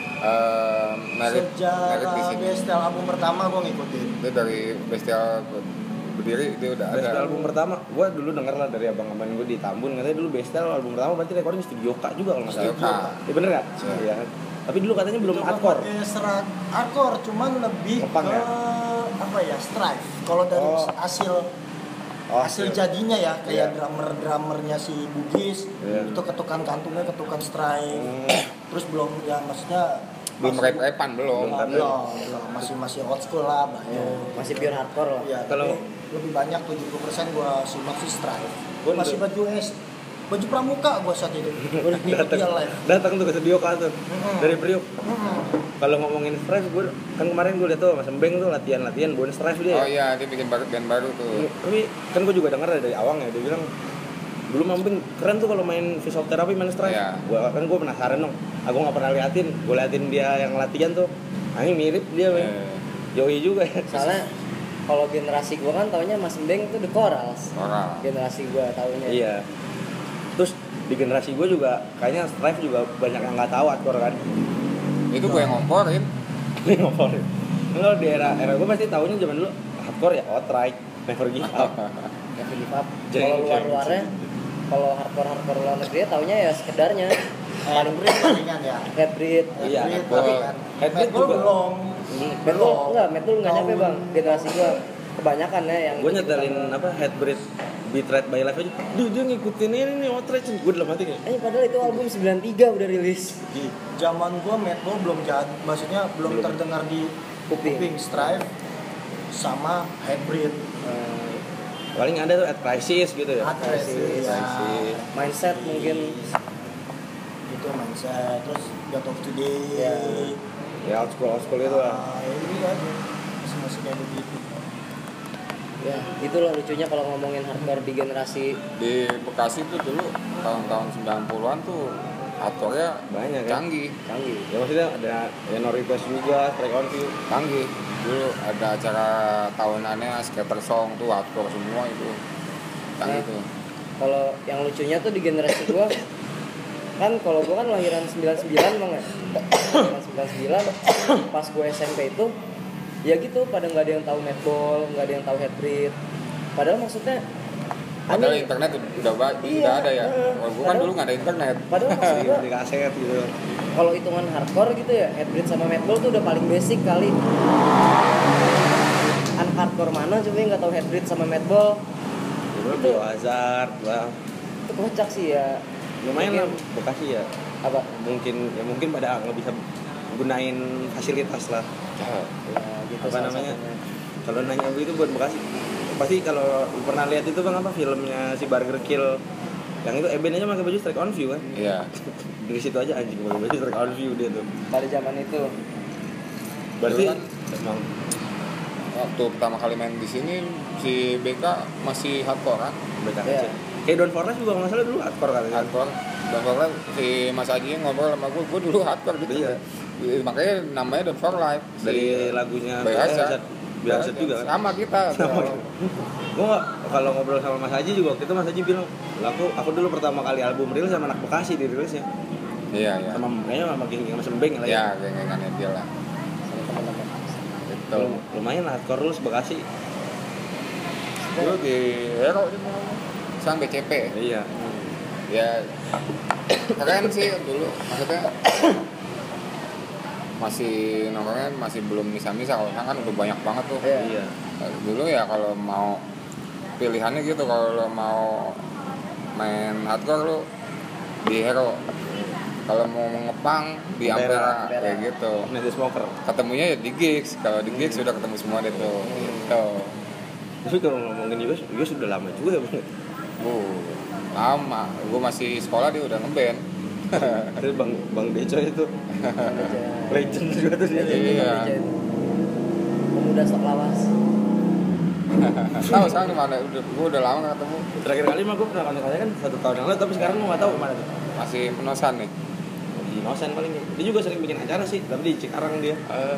eh, merit merit di Sejak sini. Bestial album pertama gue ngikutin. Dia dari Bestial berdiri dia udah Bestial ada. album pertama, gue dulu denger lah dari abang-abang gue di Tambun, katanya dulu Bestial album pertama berarti recording di Studio K juga kalau nggak salah. Studio K. Iya bener nggak? Iya. Iya. Tapi dulu katanya belum Itu hardcore. pakai serat hardcore, cuman lebih Ngepunk ke ya? apa ya, strive. Kalau dari Oh. hasil Oh, hasil iya. jadinya ya, kayak Iya. drummer-drummernya si Bugis, Iya. itu ketukan kantungnya ketukan strive. Hmm. Terus belum ya maksudnya Belum masih- rap-rapan belum. belum, belum, belum. masih masih old school lah banyak. Masih pure hardcore lah. Ya, Kalau- kalau lebih banyak tujuh puluh persen gua simak sih strive. Gua Masih udah- baju es, baju pramuka gua saat itu. Gua ikut datang dia live. datang tuh ke Studio K tuh Mm-mm. dari Priuk. Mm-mm. Kalau ngomongin Strive, gue kan kemarin gue liat tuh Mas Embeng tuh latihan-latihan buat Strive dia. Oh iya, dia bikin baru band baru tuh. Tapi kan gue juga denger dari awang ya, dia bilang dulu Mambeng keren tuh kalau main visual therapy main Strive. Iya. Gua kan gue penasaran dong. Aku nggak pernah liatin, gue liatin dia yang latihan tuh. Ah, ini mirip dia, men. Eh, Joey juga ya. Soalnya kalau generasi gua kan taunya Mas Beng itu The Corals. Oral. Generasi gua taunya. Iya. Terus di generasi gue juga kayaknya Strive juga banyak yang nggak tahu hardcore kan. Itu gue yang ngomporin. Ini ngomongin. Kalau di era era gue pasti tahunya zaman dulu hardcore ya outright, never give up. Never Give Up. Jeng, Kalau jeng, luar-luarnya, kalau hardcore-hardcore luar negeri ya taunya ya sekedarnya. Paling breed palingan ya. Headbreed. Iya, Breed, Headball. tapi kan Headball Headball juga. belum. Metal enggak, metal enggak nyampe Tahun- bang. Generasi gua kebanyakan ya yang Gue nyetelin apa Headbreed Beat Rate by Life aja. Duh dia ngikutin ini nih outright. Gue dalam hati kayak Eh padahal itu album sembilan puluh tiga udah rilis. Di zaman gua Madball belum jad, maksudnya belum, Belum. terdengar di Kuping. kuping Strive sama Hybrid. Eh, paling ada tuh at Crisis gitu ya. At Crisis. Crisis. mindset mungkin. Itu mindset, terus God of Today. Ya. Ya old school old school itu lah. Ah, ini kan masih-masih kayak begitu. Ya, itulah lucunya kalau ngomongin hardcore di generasi Di Bekasi tuh dulu tahun-tahun sembilan puluhan tuh hardcore-nya Banyak kan. canggih. canggih. Ya maksudnya ada ya No Request juga, Strike on View. Canggih. Dulu ada acara tahunannya Skater Song tuh hardcore semua itu. Canggih Nah. tuh. Kalau yang lucunya tuh di generasi gua kan kalau gua kan lahiran sembilan puluh sembilan bang ya. Lahiran sembilan puluh sembilan pas gua S M P itu ya gitu pada nggak ada yang tahu netball, nggak ada yang tahu headbreed. Padahal maksudnya Padahal aneh. internet udah ba- Iya, udah ada ya. heeh. Kalau gua kan Padahal- dulu nggak ada internet. Padahal maksud Di, gua di kaset gitu. kalau hitungan hardcore gitu ya headbreed sama netball tuh udah paling basic kali. Anak hardcore mana coba yang nggak tahu headbreed sama netball? Dulu Biohazard lah. Itu kocak sih ya. Lumayan lah Mungkin- Bekasi ya. Apa? Mungkin ya mungkin pada nggak bisa gunain fasilitas lah. Ya, gitu Apa salah namanya? satunya. Kalau nanya gue itu buat Bekasi, pasti kalau lu pernah lihat itu bang apa filmnya si Burger Kill yang itu Eben aja pakai baju strike on view kan. Iya. Dari situ aja anjing pakai baju strike on view dia tuh. Pada zaman itu. Berarti Dulu kan emang waktu pertama kali main di sini si B K masih hardcore kan? mereka Iya. kecil. Kayak Don Fornes juga kalau nggak salah dulu hardcore katanya. Hardcore. Dan pokoknya si Mas Aji ngobrol sama gue, gue dulu hardcore gitu. Iya. Makanya namanya Don For Life. Dari lagunya Biasa. Biasa juga kan. Sama kita. Gue nggak kalau ngobrol sama Mas Haji juga waktu itu Mas Haji bilang, "Lah, aku aku dulu pertama kali album rilis sama anak Bekasi dirilisnya. Iya, iya. Sama kayaknya sama King King Sembeng lah Iya, ya. geng-gengannya dia lah. Sama teman-teman. Gitu. Lum- Lumayan lah hardcore lu Bekasi. Dulu di Hero itu sang B C P. Iya. Ya keren sih dulu, maksudnya masih nongkrongnya masih belum misa-misa, kalau sekarang kan udah banyak banget tuh. Iya. Iya. Dulu ya kalau mau pilihannya gitu, kalau lo mau main hardcore lo di Hero, kalau mau ngepang di Ampera. Ampera, kayak gitu. Nanti smoker. Ketemunya ya di gigs, kalau di gigs sudah ketemu semua deh tuh. Gitu. Tapi kalau ngomongin juga, juga sudah lama juga ya bang. Uh, lama, gue masih sekolah dia udah ngeband. Ada bang bang Deco itu legend juga tuh dia. Iya. Pemuda sok lawas. Tahu sekarang di mana? Udah, gue udah lama nggak ketemu. Terakhir kali mah gue pernah kontak kan satu tahun yang lalu, tapi sekarang gue nggak tahu kemana tuh. Masih penosan nih. Di Nosen paling. Dia juga sering bikin acara sih, tapi di Cikarang dia. Eh,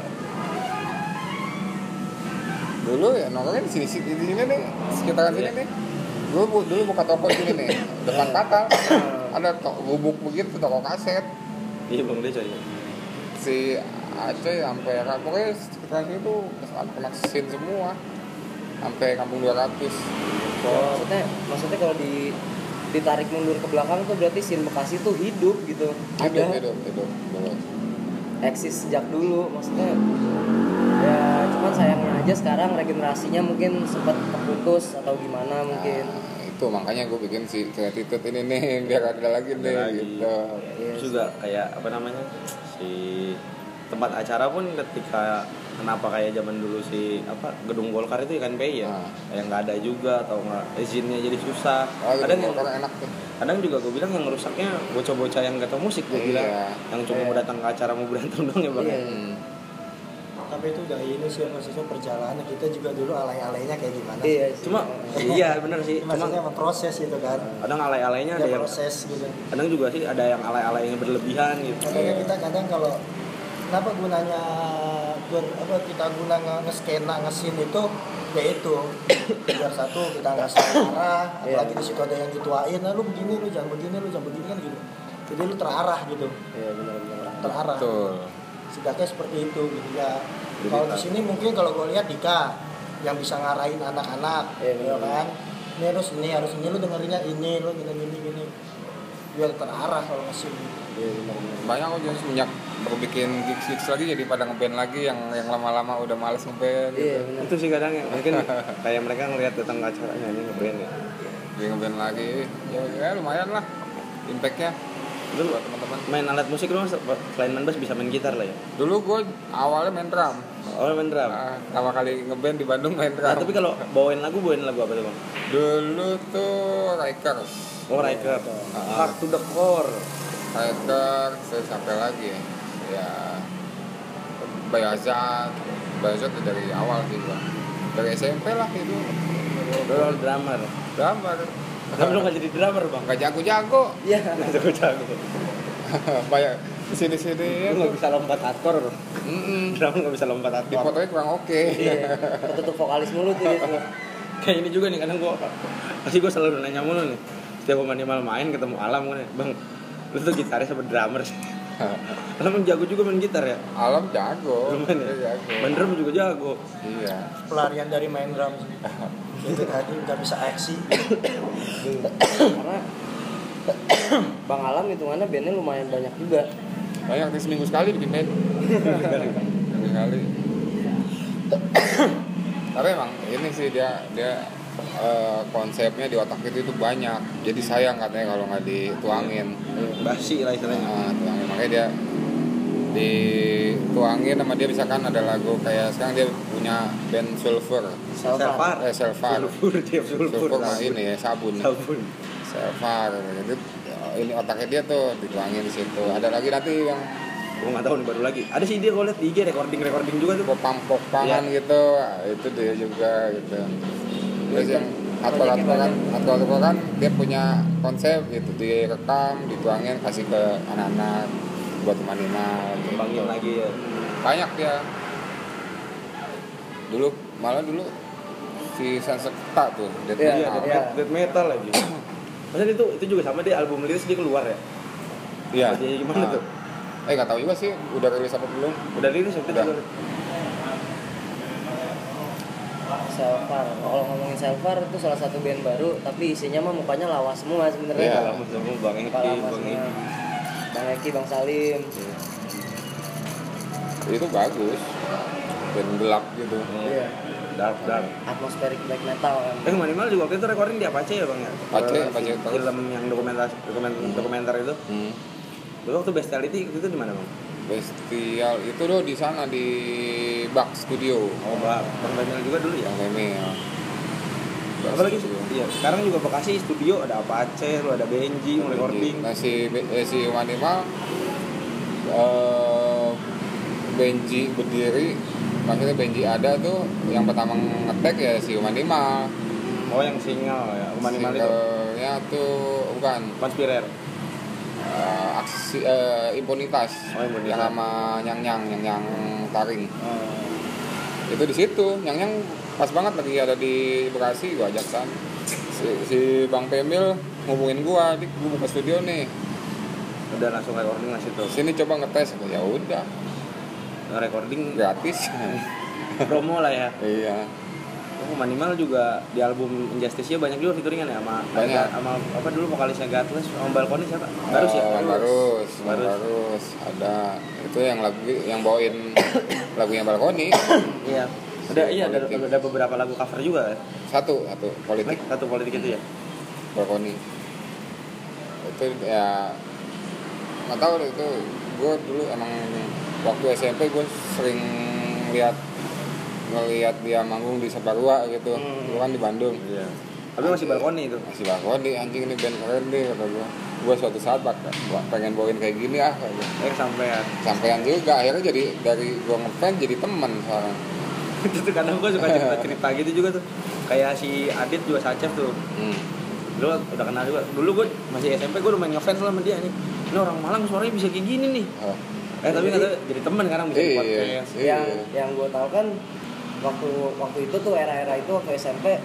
dulu ya nongkrongnya di sini di sini nih, sekitaran sini nih. Gue bu- dulu buka toko sini nih, depan kata ada toko gubuk begitu, toko kaset. Iya bang Deco ya. Si Aceh sampai pokoknya sekitaran sini tuh anak-anak sin semua, sampai kampung dua ratus. Oh, maksudnya maksudnya kalau di ditarik mundur ke belakang tuh berarti Sin Bekasi tuh hidup gitu. Hidup, Ada hidup, hidup, dulu. eksis sejak dulu, maksudnya ya cuman sayangnya aja sekarang regenerasinya mungkin sempat terputus atau gimana mungkin. Nah, itu makanya gue bikin si Gratitude ini nih biar ada lagi nih lagi. gitu. Terus juga kayak apa namanya si tempat acara pun ketika kenapa kayak zaman dulu si apa gedung Golkar itu ikan pay ya Nah. kayak nggak ada juga atau nggak izinnya jadi susah. Oh, kadang gitu, yang karena enak tuh. kadang juga gue bilang yang rusaknya bocah-bocah yang gak tau musik gue Iya. bilang yang cuma Iya. mau datang ke acara mau berantem dong ya bang. Iya. Hmm. Tapi itu udah ini sih maksudnya perjalanan kita juga dulu alay-alaynya kayak gimana. Iya sih. Cuma iya bener sih. Cuma Maksudnya emang proses gitu kan. kadang alay-alaynya ada Ada yang proses gitu. kadang juga sih ada yang alay-alaynya berlebihan gitu. Makanya kita kadang kalau kenapa gunanya ber, apa kita guna nge- nge-skena nge-scene itu ya itu biar satu kita nggak salah arah, apalagi di situ ada yang dituain, nah, lu begini lu jangan begini lu jangan begini kan gitu. Jadi lu terarah gitu, Iya benar-benar. terarah. Betul. Setidaknya seperti itu gitu ya. Kalau di sini mungkin kalau gue lihat Dika yang bisa ngarahin anak-anak, Iya, ya benar. kan. Ini harus ini harus ini lu dengerinnya ini lu gini gini gini. Biar terarah kalau nge-scene. Iya benar-benar. Banyak kok jadi semenjak baru bikin gigs gigs lagi jadi pada ngeband lagi yang yang lama-lama udah males ngeband Iya gitu. benar. Itu sih kadang ya, mungkin kayak mereka ngelihat datang ke acaranya ini ngeband ya. Jadi ngeband lagi. Ya, ya lumayan lah impactnya. Lu Buat teman-teman. main alat musik lu selain main bass bisa main gitar lah ya. Dulu gue awalnya main drum. Oh main drum. Nah, pertama kali ngeband di Bandung main drum. Nah, tapi kalau bawain lagu bawain lagu apa tuh bang? Dulu tuh Rikers. Oh Riker, Ah. Hard to the Core. Rikers, terus sampai lagi ya. Ya Bayazat. Bayazat tuh dari awal sih gua. Dari S M P lah itu. Dulu drummer. Drummer. Tapi lu nggak jadi drummer bang? Gak jago-jago. Iya. Jago-jago. Banyak sini-sini ya. Lu nggak bisa lompat hardcore. Mm-mm. Drummer nggak bisa lompat Di hardcore. fotonya kurang oke. Iya. Ketutup vokalis mulu tuh dia tuh. Kayak ini juga nih kadang gua pasti gua selalu nanya mulu nih. Setiap minimal main ketemu Alam kan, bang. Lu tuh gitaris apa drummer sih? Alam jago juga main gitar ya. Alam jago. Lumayan ya. Dia jago. Main drum juga jago. Iya. Pelarian dari main drum sih. Itu tadi nggak bisa aksi. Karena Bang Alam hitungannya bandnya lumayan banyak juga. Banyak di seminggu sekali bikin band. Seminggu sekali. Tapi emang ini sih dia dia eh, konsepnya di otak itu itu banyak. Jadi sayang katanya kalau nggak dituangin. Basi lah istilahnya. Nah, tuangin makanya dia dituangin sama dia, misalkan ada lagu kayak sekarang dia punya band Sulfur. Selvar. Eh Selvar. Sulfur dia sulfur. Sulfur mah ini ya sabun. Sabun. Selvar. Itu ini otaknya dia tuh dituangin di situ. Ada lagi nanti yang Gue nggak tahu nih baru lagi. Ada sih dia gue liat di I G recording recording juga tuh. popang-popangan Iya. gitu. Ah, itu dia juga gitu. Terus Iya, yang hardcore-hardcore kan, hardcore kan dia punya konsep gitu, direkam, dituangin, kasih ke anak-anak buat teman-teman. Kembangin lagi ya. Banyak dia. Dulu malah dulu si Sansekerta tuh, death Iya, Iya, metal. death, iya. met- death metal lagi. Maksudnya itu itu juga sama dia album liris dia keluar ya. Iya. Jadi gimana Ah. tuh? Eh nggak tahu juga sih udah rilis apa belum. Udah liris waktu itu Udah. juga. Selvar. Kalau ngomongin Selvar itu salah satu band baru, tapi isinya mah mukanya lawas semua sebenarnya. Iya. Lama semua Bang Eki, Kepala Bang semua. Eki. Bang Eki, Bang Salim. Itu bagus. Band gelap gitu. Iya. Dark dark. Atmospheric black metal kan. Eh minimal juga waktu itu recording di Apache ya Bang ya? Apache, Eh, Apache terus. film yang dokumenter dokumenter, dokumenter itu. Hmm. Dulu waktu Bestiality itu di mana Bang? Bestial itu loh di sana di Bak Studio. Oh Bang, Bang Daniel juga dulu ya. Yang Meme ya. Bak Apalagi Studio. iya, sekarang juga Bekasi studio ada Apache, lu ada Benji, recording. Nah si Be- eh, si Manimal eh, Benji berdiri, maksudnya Benji ada tuh yang pertama ngetek ya si Manimal. Oh yang single ya, Umanimal itu. Singlenya tuh bukan Konspirer. eh, aksi eh, impunitas, Oh, Impunitas. yang sama Nyang Nyang Nyang Nyang Taring. Oh. Itu di situ Nyang Nyang pas banget lagi ada di Bekasi, gua ajak kan. Si, si Bang Pemil ngubungin gua, dik gua buka studio nih. Udah langsung recording lah situ. Sini coba ngetes, ya udah Recording gratis. promo lah ya. Iya. Oh, Manimal juga di album Injustice-nya banyak juga featuringan ya sama Banyak. sama apa dulu vokalisnya Godless, sama Balkoni siapa? Barus ya? Eh, Barus, Bang Barus. Barus, ada itu yang lagu yang bawain lagunya Balkoni. Iya. Ada iya ada, Politik. ada beberapa lagu cover juga ya. Satu, satu politik Eh, satu politik itu ya. Balkoni. Itu ya nggak tahu deh, itu gue dulu emang waktu S M P gue sering lihat ngelihat dia manggung di Sebarua gitu. Hmm. Gue kan di Bandung. Iya. Tapi masih Balkoni itu. Masih Balkoni, anjing ini band keren deh kata gue. Gue suatu saat bak- pengen bawain kayak gini ah kata gue. Eh sampean. Sampean juga akhirnya jadi dari gue ngefans jadi teman sekarang. Itu kadang gue suka cerita-cerita gitu juga tuh. Kayak si Adit juga Sacev tuh. Hmm. Dulu udah kenal juga. Dulu gue masih S M P gue lumayan ngefans lah sama dia nih. Ini orang Malang suaranya bisa kayak gini nih. Oh. Eh tapi nggak tahu jadi teman sekarang bisa di Iya. podcast. Iya. Yang yang gue tahu kan waktu waktu itu tuh era-era itu waktu S M P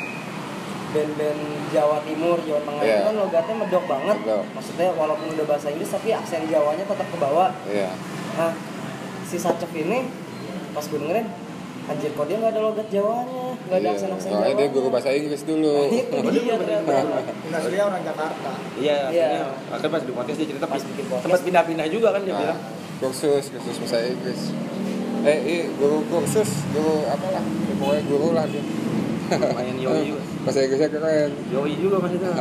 band-band Jawa Timur, Jawa Tengah Iya. itu kan logatnya medok banget. Medok. Maksudnya walaupun udah bahasa Inggris tapi aksen Jawanya tetap ke bawah. Iya. Nah, si Sacev ini pas gue dengerin, anjir kok dia nggak ada logat Jawanya, nggak ada Iya. aksen-aksen Soalnya Jawa. dia guru bahasa Inggris dulu. Itu dia ternyata. Aslinya orang Jakarta. Iya, Iya. akhirnya akhirnya pas di podcast dia cerita Pas bikin podcast. sempat pindah-pindah juga kan dia Nah, bilang. kursus kursus bahasa Inggris. Eh, iya, guru kursus, guru apalah, ya, pokoknya guru lah dia. Lumayan yoi juga. Bahasa Inggrisnya keren. Yoi juga mas itu.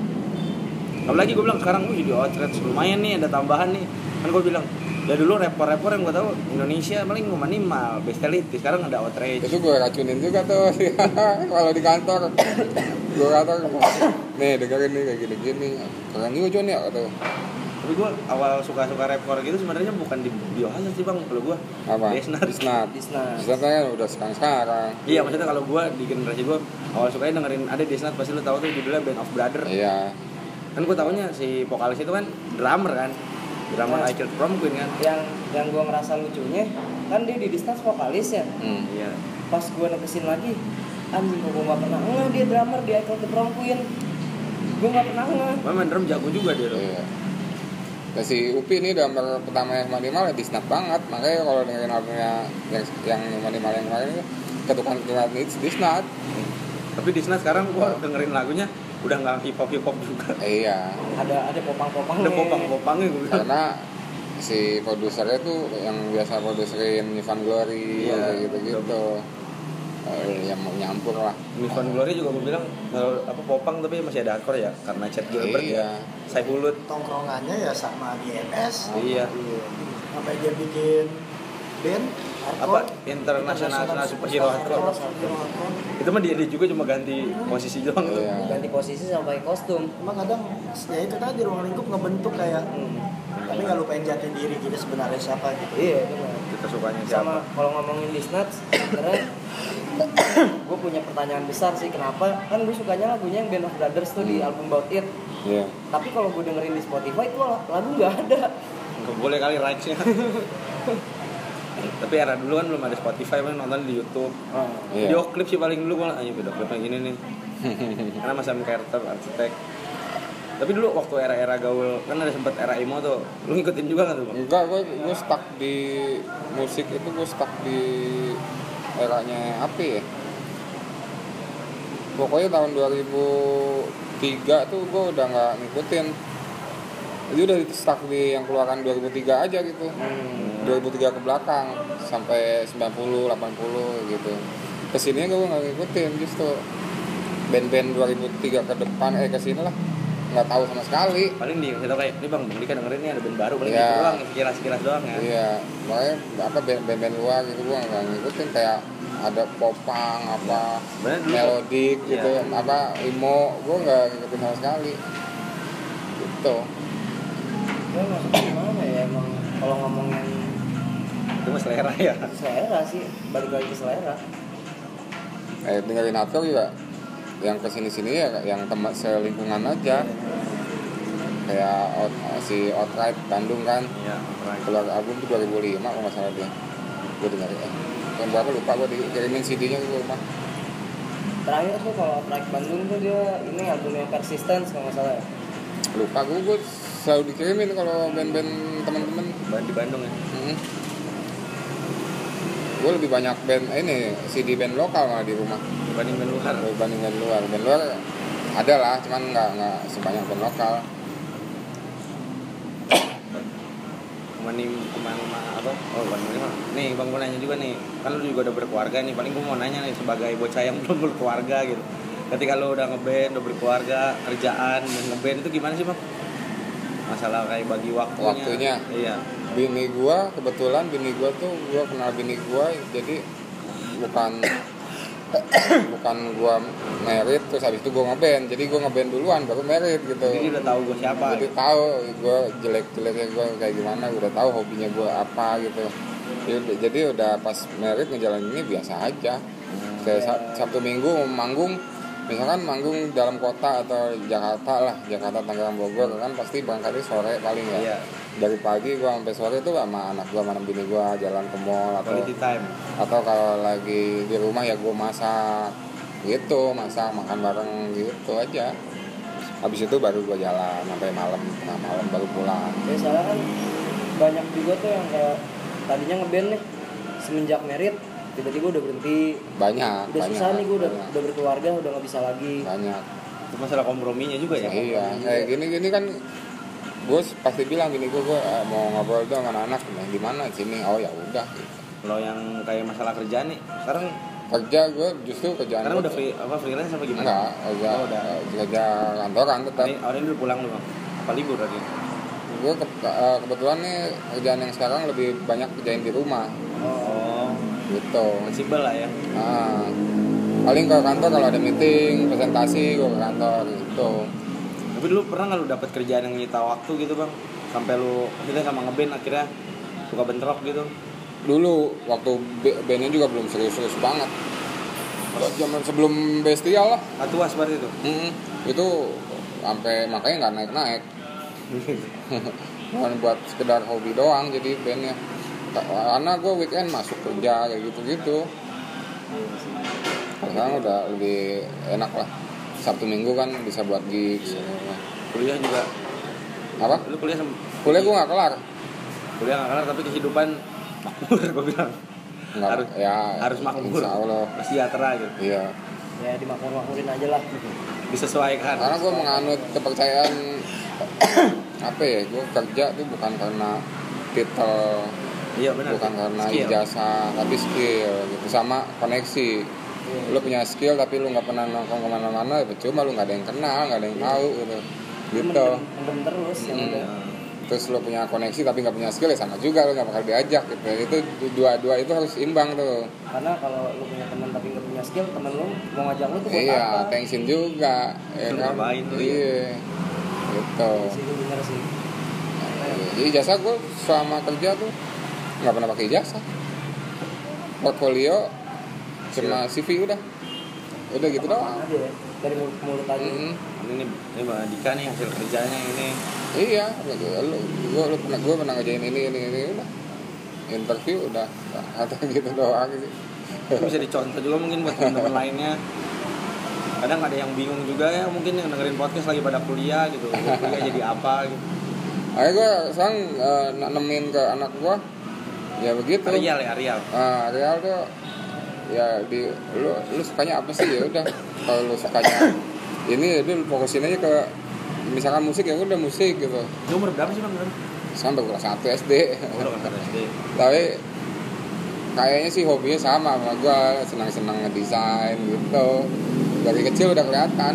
Apalagi gue bilang sekarang gue jadi outreach lumayan nih ada tambahan nih. Kan gue bilang ya dulu rapper-rapper yang gue tahu Indonesia paling Umanimal, Bestiality, sekarang ada outrage. Itu gue racunin juga tuh kalau di kantor. Gue kantor, nih dengerin nih kayak gini-gini. Keren juga Jon ya tuh. Tapi gue awal suka-suka rapper gitu sebenarnya bukan di biohasa sih bang, kalau gue Apa? Desnat. Disnat. Disnat. Disnat kan udah sekarang-sekarang. Iya maksudnya kalau gue di generasi gue awal sukanya dengerin ada Desnat pasti lu tahu tuh judulnya Band of Brother. Iya. Kan gue taunya si vokalis itu kan drummer kan, drummer Nah. I Killed Prom Queen kan. Yang yang gue ngerasa lucunya kan dia di Distas vokalis ya. Hmm. Iya. Pas gue nekesin lagi, anjing kok gue nggak pernah nggak dia drummer di Icon the Prom Queen. Gue nggak pernah nggak. Memang main drum jago juga dia tuh. Iya. Nah, si Upi ini drummer pertama yang Manimal ya Disnat banget. Makanya kalau dengerin albumnya yang yang Manimal yang kemarin itu ketukan-ketukan itu Disnat. Tapi Desnat sekarang gue dengerin lagunya udah nggak hip hop hip hop juga. Iya. Ada ada popang-popangnya. Ada popang-popangnya gue bilang. Karena si produsernya tuh yang biasa produserin Ivan Glory Iya, kayak gitu-gitu. Eh, yang mau nyampur lah. Ivan Glory juga gue bilang kalau apa popang tapi masih ada hardcore ya karena Chad Gilbert Iya. ya. Saya Hulut. Tongkrongannya ya sama di M S. Iya. sampai dia bikin band apa internasional superhero hardcore. Itu mah dia, dia juga cuma ganti posisi doang tuh. Iya. Ganti posisi sampai kostum. Emang kadang ya itu tadi ruang lingkup ngebentuk kayak Hmm. tapi nggak lupain jati diri kita sebenarnya siapa gitu. Iya benar. Kita sukanya Sama siapa? kalau ngomongin Disnuts, sebenarnya gue punya pertanyaan besar sih, kenapa kan gue sukanya lagunya yang Band of Brothers tuh di album About It. Iya. Tapi kalau gue dengerin di Spotify itu lagu nggak ada. Nggak boleh kali rights-nya. Tapi era dulu kan belum ada Spotify, kan nonton di YouTube. Oh. Iya. Video klip sih paling dulu gua, ayo video klip yang gini nih. Karena Mas Sam Carter arsitek. Tapi dulu waktu era-era gaul kan ada sempet era emo tuh. Lu ngikutin juga kan tuh, Bang? Enggak, gue gue stuck di musik itu, gue stuck di eranya apa ya? Pokoknya tahun dua ribu tiga tuh gue udah nggak ngikutin. Jadi udah stuck di yang keluaran dua ribu tiga aja gitu. Hmm. dua ribu tiga ke belakang sampai sembilan puluh, delapan puluh gitu. Kesini gue nggak ngikutin justru. Band-band dua ribu tiga ke depan eh kesini lah nggak tahu sama sekali. Paling di kita kayak, "Ini Bang, Bang Dika dengerin nih ada band baru." Paling Iya. gitu doang, sekilas-sekilas doang ya. Iya, makanya apa band-band luar gitu gue nggak ngikutin, kayak ada popang apa Sebenarnya dulu melodik gitu, Iya. apa emo, gue nggak ngikutin sama sekali. Gitu. Ya maksudnya gimana ya, emang kalau ngomongin itu mah selera ya. selera sih, balik lagi ke selera. Eh dengerin hardcore juga yang kesini-sini ya yang tempat selingkungan aja, kayak out, si Outright Bandung kan Iya, right. keluar album tuh dua ribu lima kalau nggak salah dia, gue dengerin ya. Tahun berapa lupa, gue dikirimin C D-nya ke rumah. Terakhir tuh kalau Track Bandung tuh dia ini albumnya Persistence kalau nggak salah ya. Lupa gue, gue selalu dikirimin kalau band-band teman-teman. Band di Bandung ya. Hmm. Gue lebih banyak band ini C D band lokal malah di rumah Dibanding band luar. dibanding band luar. Band luar ada lah, cuman nggak nggak sebanyak band lokal. Kemani kemana apa? Oh, bukan kemana. Nih, Bang mau nanya juga nih. Kan lu juga udah berkeluarga nih. Paling gua mau nanya nih sebagai bocah yang belum berkeluarga gitu. Ketika lu udah ngeband, udah berkeluarga, kerjaan dan ngeband itu gimana sih, Bang? Masalah kayak bagi waktunya. Waktunya? Iya. Bini gua kebetulan bini gua tuh gua kenal bini gua, jadi bukan bukan gua married terus habis itu gua ngeband, jadi gua ngeband duluan baru married gitu. Jadi udah tahu gua siapa. Jadi Gitu. tahu gua jelek-jeleknya gua kayak gimana, udah tahu hobinya gua apa gitu. Jadi, jadi udah pas married ngejalanin ini biasa aja. Kayak Sab- Sabtu Minggu manggung, misalkan manggung dalam kota atau Jakarta lah, Jakarta, Tangerang, Bogor kan pasti berangkatnya sore paling ya. Iya. Dari pagi gua sampai sore tuh sama anak gua, sama bini gua jalan ke mall atau Quality time. atau kalau lagi di rumah ya gua masak gitu, masak makan bareng gitu aja. Habis itu baru gua jalan sampai malam, tengah malam baru pulang. Ya soalnya kan banyak juga tuh yang kayak tadinya ngeband nih semenjak merit tiba-tiba udah berhenti, Banyak, udah banyak. susah nih gue udah banyak, udah berkeluarga udah nggak bisa lagi. banyak. Itu masalah komprominya juga ya. Iya, kayak gini-gini kan gue pasti bilang gini, gue gue mau ngobrol dong sama anak, nah, di mana sini, oh ya udah gitu. Kalau yang kayak masalah kerjaan nih, sekarang Kerja gue justru kerjaan sekarang gua udah tuh- free apa freelance apa gimana? enggak, kerja, Oh, udah. kerja kantoran tetap. Ini orang ini udah pulang lu, Bang. Apa libur lagi? Gue ke, eh, kebetulan nih kerjaan yang sekarang lebih banyak kerjain di rumah Oh, gitu. fleksibel lah ya. Nah, paling ke kantor kalau ada meeting, presentasi gue ke kantor gitu. Tapi dulu pernah nggak lu dapat kerjaan yang nyita waktu gitu, Bang? Sampai lu akhirnya sama ngeband akhirnya suka bentrok gitu. Dulu waktu be- bandnya juga belum serius-serius banget. Zaman sebelum Bestial lah. Atua seperti itu. Mm-mm. Itu sampai makanya nggak naik-naik. Cuma buat sekedar hobi doang jadi bandnya. Karena gue weekend masuk kerja kayak gitu-gitu. Sekarang udah lebih enak lah. Sabtu Minggu kan bisa buat gigs. Kuliah juga. Apa? Lu kuliah sem- Kuliah gue nggak kelar. kuliah nggak kelar tapi kehidupan makmur gue bilang. Nggak, harus ya, harus makmur. insya Allah. Sejahtera gitu. Iya. Ya dimakmur-makmurin aja lah. Disesuaikan. Karena gue menganut kepercayaan apa ya? Gue kerja tuh bukan karena titel, Iya benar. bukan karena Skill. ijazah, tapi skill gitu, sama koneksi. Lu punya skill tapi lu nggak pernah nongkrong kemana-mana, ya percuma, lu nggak ada yang kenal, nggak ada yang tahu gitu. Gitu. Mendem, mendem terus yang Hmm. udah. terus lo punya koneksi tapi nggak punya skill ya sama juga lo nggak bakal diajak gitu. Itu dua-dua itu harus imbang tuh. Karena kalau lu punya teman tapi nggak punya skill, temen lu mau ngajak lu tuh buat Iya, apa? tension juga. Ya Lu kan? ngapain tuh, Iya. Gitu. Sih itu bener sih. Jadi jasa gue selama kerja tuh nggak pernah pakai ijazah. Portfolio cuma C V udah. Udah gitu doang. Aja ya, dari mulut ke mulut aja. Mm-mm. Ini ini Bang Dika nih hasil kerjanya ini. Iya, lu gue lu pernah gue pernah ngerjain ini ini ini udah. Interview udah atau gitu doang sih. Itu bisa dicontoh juga mungkin buat teman-teman lainnya. Kadang ada yang bingung juga ya, mungkin yang dengerin podcast lagi pada kuliah gitu. Kuliah jadi apa gitu. Akhirnya gue sekarang uh, nanemin ke anak gue ya begitu. Arial ya, Arial. Ah, Real tuh ya di lu lu sukanya apa sih, ya udah kalau lu sukanya ini lu fokusin aja ke misalkan musik ya udah musik gitu. Lu umur berapa sih Bang? Sekarang baru kelas satu S D. Oh, udah kan S D. Tapi kayaknya sih hobinya sama sama gue, senang-senang ngedesain gitu. Dari kecil udah kelihatan.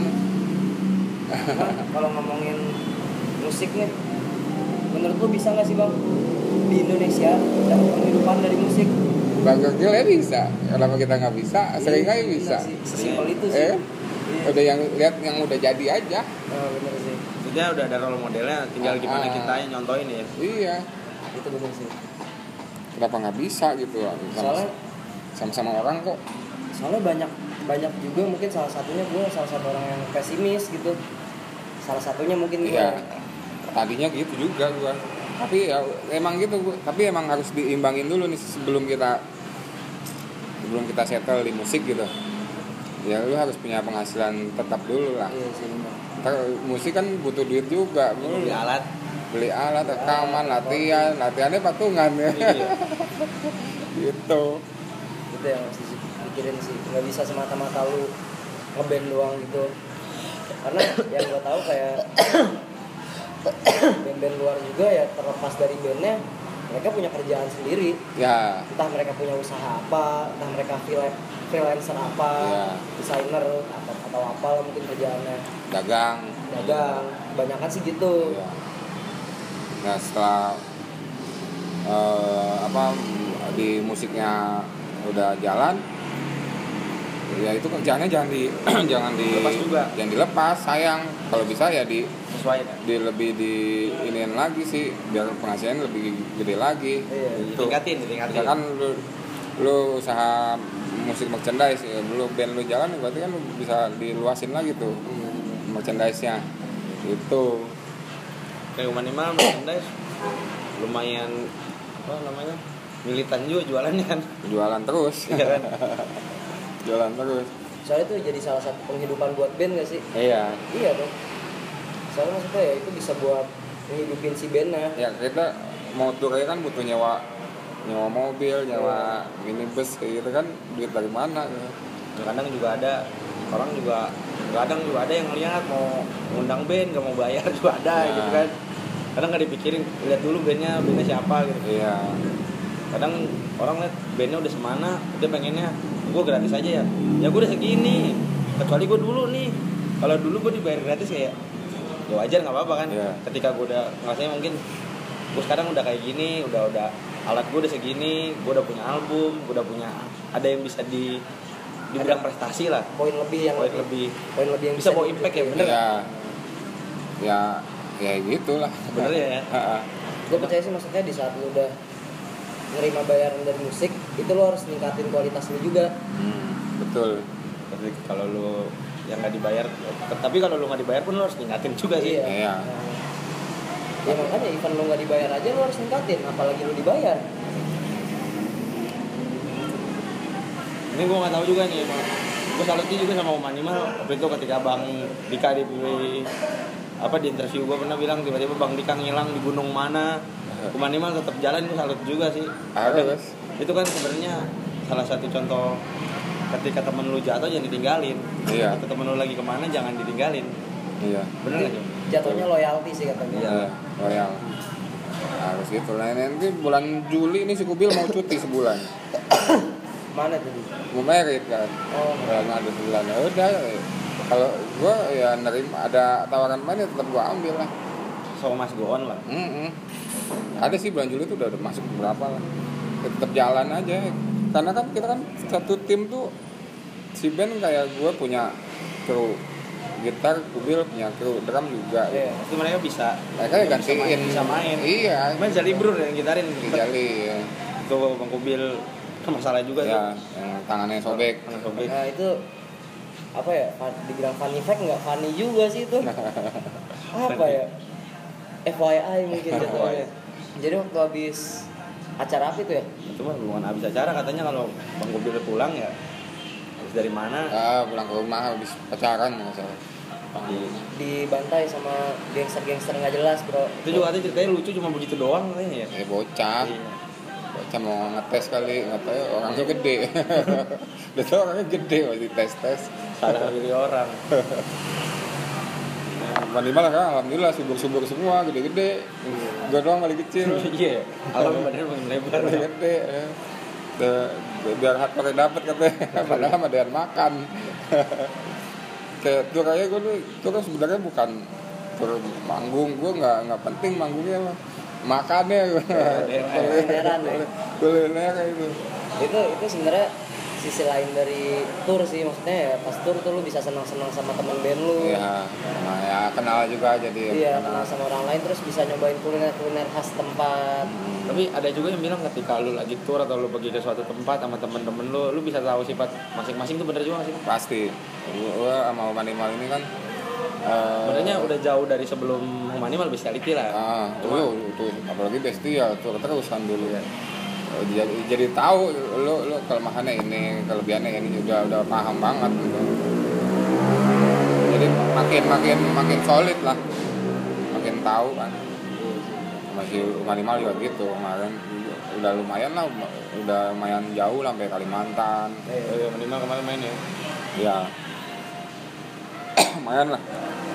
Nah, kalau ngomongin musik nih, menurut lu bisa nggak sih Bang di Indonesia dapat penghidupan dari musik? Bang kecil ya bisa. Kenapa kita nggak bisa? Sering aja Iya, bisa. bener sih. Sesimpel itu sih. Eh, Iya. udah yang lihat yang udah jadi aja. Oh, bener sih. Maksudnya udah ada role modelnya, tinggal gimana Ah. kita yang nyontoin ya. Iya. Itu bener sih. Kenapa nggak bisa gitu? Soalnya Sama-sama orang kok. soalnya banyak banyak juga, mungkin salah satunya gue salah satu orang yang pesimis gitu. Salah satunya mungkin gue. Iya. Tadinya gitu juga gua. Tapi ya emang gitu gua. Tapi emang harus diimbangin dulu nih sebelum kita sebelum kita settle di musik gitu. Ya lu harus punya penghasilan tetap dulu lah. Iya sih bener. Ntar musik kan butuh duit juga. Beli alat. Beli alat, rekaman, latihan, latihannya patungan ya. Iya. Gitu. Itu yang harus dipikirin sih. Nggak bisa semata-mata lu ngeband doang gitu. Karena yang gue tahu kayak band-band luar juga ya, terlepas dari bandnya, mereka punya kerjaan sendiri. Ya. Entah mereka punya usaha apa, entah mereka freelancer apa, Ya. desainer atau, atau apa lah mungkin kerjaannya, Dagang. dagang, kebanyakan sih gitu. Ya. Nah setelah eh, apa di musiknya udah jalan, ya itu kerjaannya jangan di jangan di Lepas juga. jangan dilepas, sayang. Kalau bisa ya di Sesuai ya. di lebih di iniin lagi sih biar penghasilannya lebih gede lagi. Iya. Gitu. Ditingkatin, ditingkatin. Misalkan lu, lu usaha musik merchandise ya, lu band lu jalan berarti kan lu bisa diluasin lagi tuh merchandise-nya. Itu Kayak minimal merchandise lumayan apa namanya? Militan juga jualannya kan. jualan terus. Iya kan? Jualan terus. Soalnya itu jadi salah satu penghidupan buat band gak sih? Iya. Iya dong. Soalnya maksudnya ya itu bisa buat menghidupin si bandnya. Ya kita mau tour kan butuh nyewa nyewa mobil, nyewa minibus kayak gitu kan, duit dari mana gitu. Kadang juga ada orang juga kadang juga ada yang lihat mau ngundang band gak mau bayar juga ada Ya. gitu kan. Kadang nggak dipikirin, lihat dulu bandnya bandnya siapa gitu. Iya. Kadang orang lihat bandnya udah semana, dia pengennya gue gratis aja ya. Ya gue udah segini. Kecuali gue dulu nih. Kalau dulu gue dibayar gratis kayak ya wajar nggak apa-apa kan. Iya. Ketika gue udah ngerasanya mungkin gue sekarang udah kayak gini, udah udah alat gue udah segini, gue udah punya album, gue udah punya ada yang bisa di di bidang prestasi lah. Poin lebih yang Poin lebih poin lebih yang bisa bawa impact ya, bener Ya. Ya ya gitulah. bener ya. Heeh. Gue percaya sih maksudnya di saat lu udah nerima bayaran dari musik, itu lo harus ningkatin kualitas lu juga. Hmm, betul. Tapi kalau lu yang nggak dibayar, tapi kalau lu nggak dibayar pun lu harus tingkatin juga sih. Iya. Iya. Nah, ya makanya event lu nggak dibayar aja lu harus ningkatin, apalagi lu dibayar. Ini gue nggak tahu juga nih, gue salutnya juga sama Om Animal. Waktu itu ketika Bang Dika di apa di interview gue pernah bilang tiba-tiba Bang Dika ngilang di gunung mana, Om Animal tetap jalan, gue salut juga sih. Harus. Itu kan sebenarnya salah satu contoh ketika temen lu jatuh jangan ditinggalin. Iya. Atau temen lu lagi kemana jangan ditinggalin. Iya. Bener nggak sih? Jatuhnya loyalty sih katanya. Iya. Iya. Loyal. Harus gitu lah. Nanti bulan Juli ini si Kubil mau cuti sebulan. Mana tadi? Mau merit kan. Oh, Bulan ada sebulan. Ya udah. Kalau gue ya nerima ada tawaran mana tetap gue ambil lah. so mas go on lah. Mm-mm. Ada sih bulan Juli tuh udah, udah masuk berapa lah. Tetap jalan aja. Karena kan kita kan satu tim tuh, si band kayak gue punya kru gitar, kubil punya kru drum juga. Iya, itu mereka bisa. Mereka ya gantiin. Bisa main, bisa main. Iya. Main Jali Bro yang gitarin. Jali. Ya. Tuh Bang Kubil kan masalah juga Ya, tuh. yang tangannya sobek. Tangan sobek. Nah itu apa ya? Fa- Dibilang funny fact nggak funny juga sih itu. Apa ya? F Y I mungkin jatuhnya. Jadi waktu habis acara apa itu ya? Itu mah bukan habis acara katanya kalau Bang Kubil pulang ya. Habis dari mana? Ah, pulang ke rumah habis pacaran nggak salah. Di, Dibantai sama gangster-gangster nggak jelas bro. itu juga katanya ceritanya lucu cuma begitu doang katanya ya. Eh bocah. Iya. Bocah mau ngetes kali, nggak tahu orangnya gede. Udah tau orangnya gede masih tes-tes. Salah pilih orang. Minimal kan alhamdulillah subur-subur semua, gede-gede. Gue doang paling kecil. Iya. Kalau badannya makin lebar. Gede. Ya. De- de- biar hardcore dapet katanya. Padahal sama dengan makan. Kayak tur aja gue tuh, tur kan sebenarnya bukan tur manggung, gue nggak nggak penting manggungnya mah. Makannya gue. Kulineran ya. Kuliner itu. Itu itu sebenarnya sisi lain dari tour sih, maksudnya ya pas tour tuh lu bisa senang-senang sama teman band lu. Iya, nah, ya kenal juga jadi. Iya, kenal sama orang lain terus bisa nyobain kuliner-kuliner khas tempat. Hmm. Tapi ada juga yang bilang ketika lu lagi tour atau lu pergi ke suatu tempat sama temen-temen lu, lu bisa tahu sifat masing-masing tuh bener juga nggak sih? Pasti. Gue sama Humanimal ini kan. Uh, Sebenarnya udah jauh dari sebelum Humanimal bestiality lah. Ah, tuh, tuh, apalagi bestial tuh terus kan dulu ya. Jadi, jadi tahu lo lo kelemahannya ini, kelebihannya ini juga udah paham banget gitu. Jadi makin makin makin solid lah, makin tahu kan. Masih Humanimal juga gitu kemarin, udah lumayan lah, udah lumayan jauh lah sampai Kalimantan. Eh, Humanimal kemarin main ya. Ya, lumayan lah.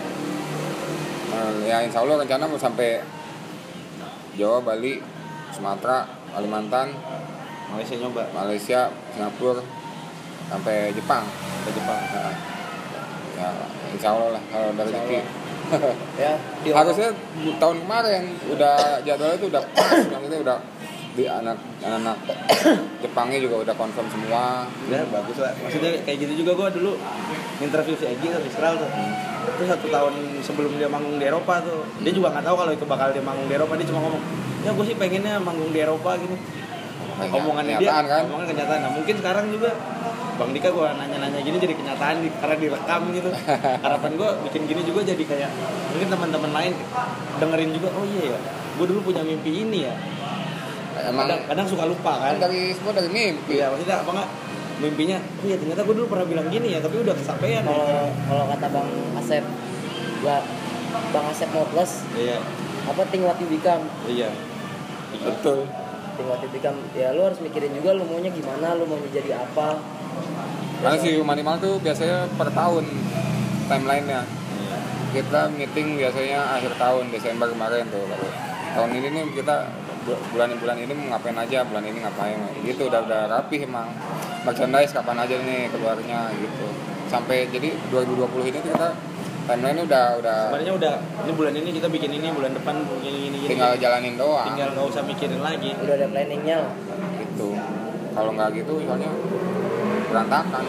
Ya insya Allah rencana mau sampai Jawa, Bali, Sumatera, Kalimantan, Malaysia nyoba. Malaysia, Singapura, sampai Jepang. Ke Jepang. Nah, ya insya Allah lah kalau ada rezeki. Ya, di Harusnya tahun kemarin udah jadwalnya itu udah pas, maksudnya udah di anak anak Jepangnya juga udah confirm semua. Ya bagus lah. Maksudnya kayak gitu juga gua dulu interview si Egi tuh Israel tuh. Itu satu tahun sebelum dia manggung di Eropa tuh. Dia juga nggak tahu kalau itu bakal dia manggung di Eropa, dia cuma ngomong, "Ya gue sih pengennya manggung di Eropa gini." Kenya- Omongannya dia, kenyataan kan? omongan kenyataan. Nah, mungkin sekarang juga Bang Dika gua nanya-nanya gini jadi kenyataan di, karena direkam gitu. Harapan gua bikin gini juga jadi kayak mungkin teman-teman lain dengerin juga, oh iya ya. Gua dulu punya mimpi ini ya. Emang Kadang, kadang suka lupa kan. kan dari semua dari mimpi. Iya, maksudnya apa enggak mimpinya, oh iya ternyata gue dulu pernah bilang gini ya, tapi udah kesampaian. kalau kalau kata Bang Asep, ya Bang Asep mau plus Iya, apa think what you become. iya. Betul. Think what you become. Ya lu harus mikirin juga lu maunya gimana, lu maunya jadi apa. Karena si Humanimal tuh biasanya per tahun timelinenya. Kita meeting biasanya akhir tahun, Desember kemarin tuh. Lalu, tahun ini nih kita bulan-bulan ini mau ngapain aja, bulan ini ngapain gitu, udah udah rapi emang. Merchandise kapan aja nih keluarnya gitu. Sampai jadi dua ribu dua puluh ini tuh kita timeline udah udah Sebenarnya udah ini bulan ini kita bikin ini, bulan depan bikin ini ini. tinggal jalanin doang. Tinggal nggak usah mikirin lagi. Udah ada planningnya lah. Gitu. Kalau nggak gitu soalnya berantakan.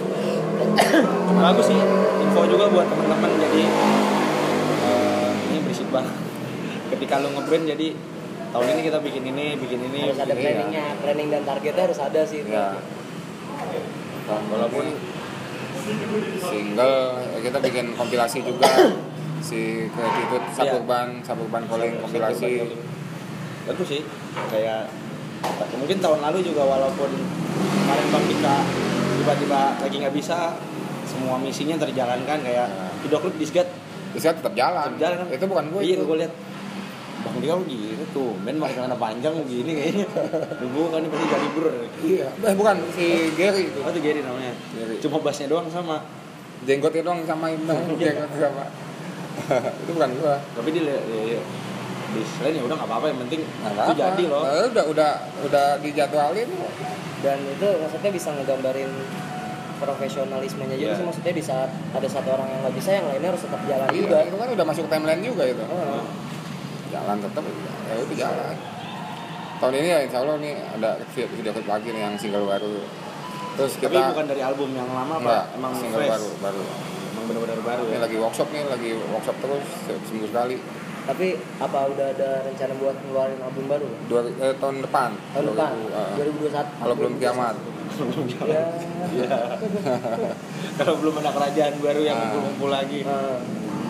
Bagus sih. Info juga buat teman-teman, jadi eh, ini berisik banget. Ketika lu nge-brand jadi tahun ini kita bikin ini, bikin ini. Harus ada Iya. planningnya, planning dan targetnya harus ada sih itu. Ya. Walaupun single kita bikin kompilasi juga si Gratitude Saburban Saburban Calling kompilasi. Bagus sih. Kayak mungkin tahun lalu juga walaupun kemarin Bang Dika tiba-tiba lagi nggak bisa, semua misinya terjalankan kayak Video Klub Disgat Bisa tetap jalan. tetap jalan kan. Itu bukan gue. Iya, itu. gue lihat Bang Dika begini tuh, men pakai celana panjang begini kayaknya. Dulu kan ini pasti jadi bro. Iya. Eh bukan si Gary itu. Oh itu Gary namanya. Gary. Cuma bassnya doang sama. Jenggotnya doang sama itu. Jenggot sama. Itu bukan gua. Tapi di di, di selain ya udah nggak apa-apa, yang penting Nggak itu apa-apa. jadi loh. Eh, udah udah udah dijadwalin. Dan itu maksudnya bisa ngegambarin profesionalismenya juga Iya. sih, maksudnya di saat ada satu orang yang nggak bisa, yang lainnya harus tetap jalan Iya, juga. itu kan udah masuk timeline juga itu. Oh. jalan tetap ya itu jalan. Tahun ini ya insya Allah nih ada video, video klip lagi nih yang single baru. Terus kita Tapi bukan dari album yang lama enggak, Pak, emang single fresh. baru baru. Emang benar-benar baru Ini ya. lagi workshop nih, lagi workshop terus seminggu sekali. Tapi apa udah ada rencana buat ngeluarin album baru? Dua, eh, tahun depan. Tahun depan, dua ribu, eh, dua ribu dua puluh satu. kalau belum kiamat. Ya. Iya. Kalau belum ada kerajaan baru yang Ah. ngumpul-ngumpul lagi. Nah,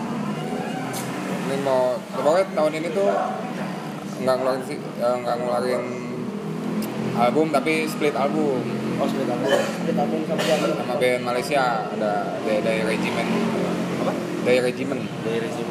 Ini mau pokoknya tahun ini tuh nggak ngeluarin sih, eh, nggak ngeluarin album tapi split album Oh, split album. kita album sama siapa? sama band Malaysia ada Day Day Regiment. Apa? Day Regiment. Dari resume.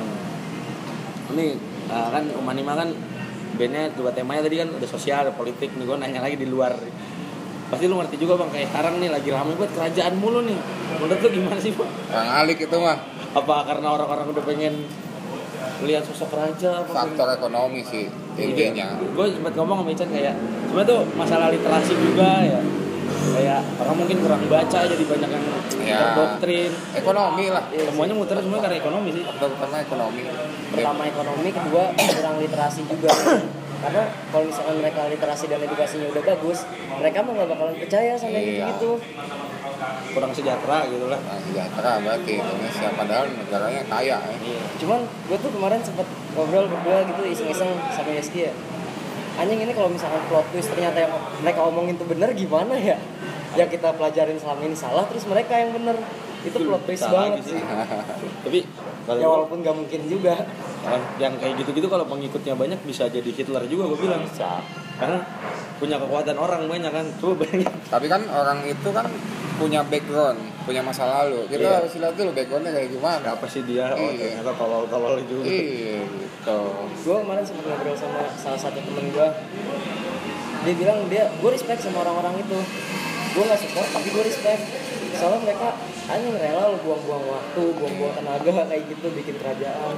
Ini ah, kan Umanima kan bandnya dua temanya tadi kan udah sosial, ada politik nih. Gue nanya lagi di luar. Pasti lu ngerti juga bang, kayak sekarang nih lagi rame buat kerajaan mulu nih. Menurut lu gimana sih bang? Yang alik itu mah Apa karena orang-orang udah pengen lihat sosok raja? Apa faktor ekonomi sih intinya. Gue sempat ngomong sama Ican kayak sebenarnya tuh masalah literasi juga ya. Kayak orang mungkin kurang baca jadi banyak yang Ya. terdoktrin. Ekonomi lah. Semuanya muter semua karena ekonomi sih. Faktor utama ekonomi. Pertama ekonomi, kedua kurang literasi juga. Karena kalau misalkan mereka literasi dan edukasinya udah bagus, mereka mah nggak bakalan percaya sama Iya. gitu-gitu. Kurang sejahtera gitu lah. Nah, sejahtera berarti Indonesia padahal negaranya kaya ya. Iya. Cuman gue tuh kemarin sempat ngobrol berdua gitu iseng-iseng sama Yeski ya. Anjing ini kalau misalkan plot twist ternyata yang mereka omongin tuh bener gimana ya? Yang kita pelajarin selama ini salah terus mereka yang bener. Itu plot twist Salah banget lagi sih. Tapi kalau Ya walaupun gak mungkin juga. kalau yang kayak gitu-gitu kalau pengikutnya banyak bisa jadi Hitler juga gue bilang. Karena punya kekuatan orang banyak kan. Coba bayangin. Tapi kan orang itu kan punya background, punya masa lalu. Kita Iya. harus lihat dulu backgroundnya kayak gimana. Apa sih dia? Oh, Iya. ternyata tolol-tolol juga. Iya gitu. Gue kemarin sempat ngobrol sama salah satu temen gue. Dia bilang dia, gue respect sama orang-orang itu. Gue nggak support tapi gue respect. Soalnya mereka anjing rela lo buang-buang waktu, buang-buang tenaga kayak gitu bikin kerajaan.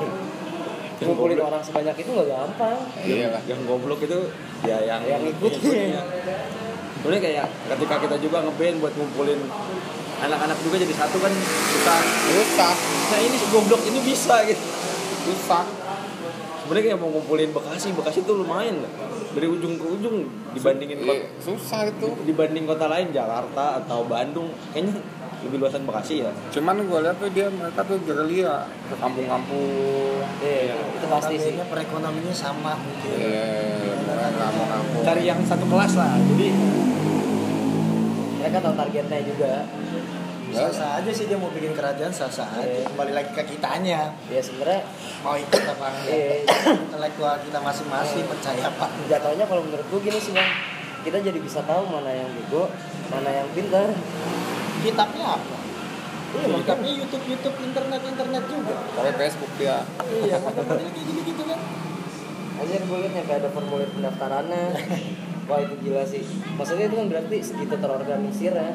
Ngumpulin orang sebanyak itu nggak gampang. Iya lah. Yang goblok itu ya yang Yang ngikutin. ngikutnya. Sebenarnya kayak ketika kita juga ngeband buat ngumpulin anak-anak juga jadi satu kan susah. Susah, Nah ini si goblok ini bisa gitu. susah. Sebenarnya kayak mau ngumpulin Bekasi, Bekasi tuh lumayan lah. Dari ujung ke ujung dibandingin kota, Iya, susah itu. dibanding kota lain Jakarta atau Bandung kayaknya lebih luasan Bekasi ya. Cuman gue lihat tuh dia mereka tuh gerilya ke kampung-kampung. Iya, itu pasti sih. Notabene perekonomiannya sama mungkin. Iya, mereka kampung-kampung. Cari yang satu kelas lah. Jadi Mereka tahu targetnya juga. Sah-sah aja sih dia mau bikin kerajaan, sah-sah aja. Iya. Kembali lagi ke kitanya. Ya sebenarnya Mau ikut apa enggak. eh, Intelektual kita masing-masing percaya apa. jatuhnya kalau menurut gue gini sih bang, kita jadi bisa tahu mana yang bego, mana yang pintar. Kitabnya apa? Iya, makanya Kitabnya YouTube, YouTube, internet, internet juga. Pakai Facebook dia. Iya, model-model gitu-gitu kan. anjir gue liat nyampe ada formulir pendaftarannya. Wah itu gila sih. Maksudnya itu kan berarti segitu terorganisir ya.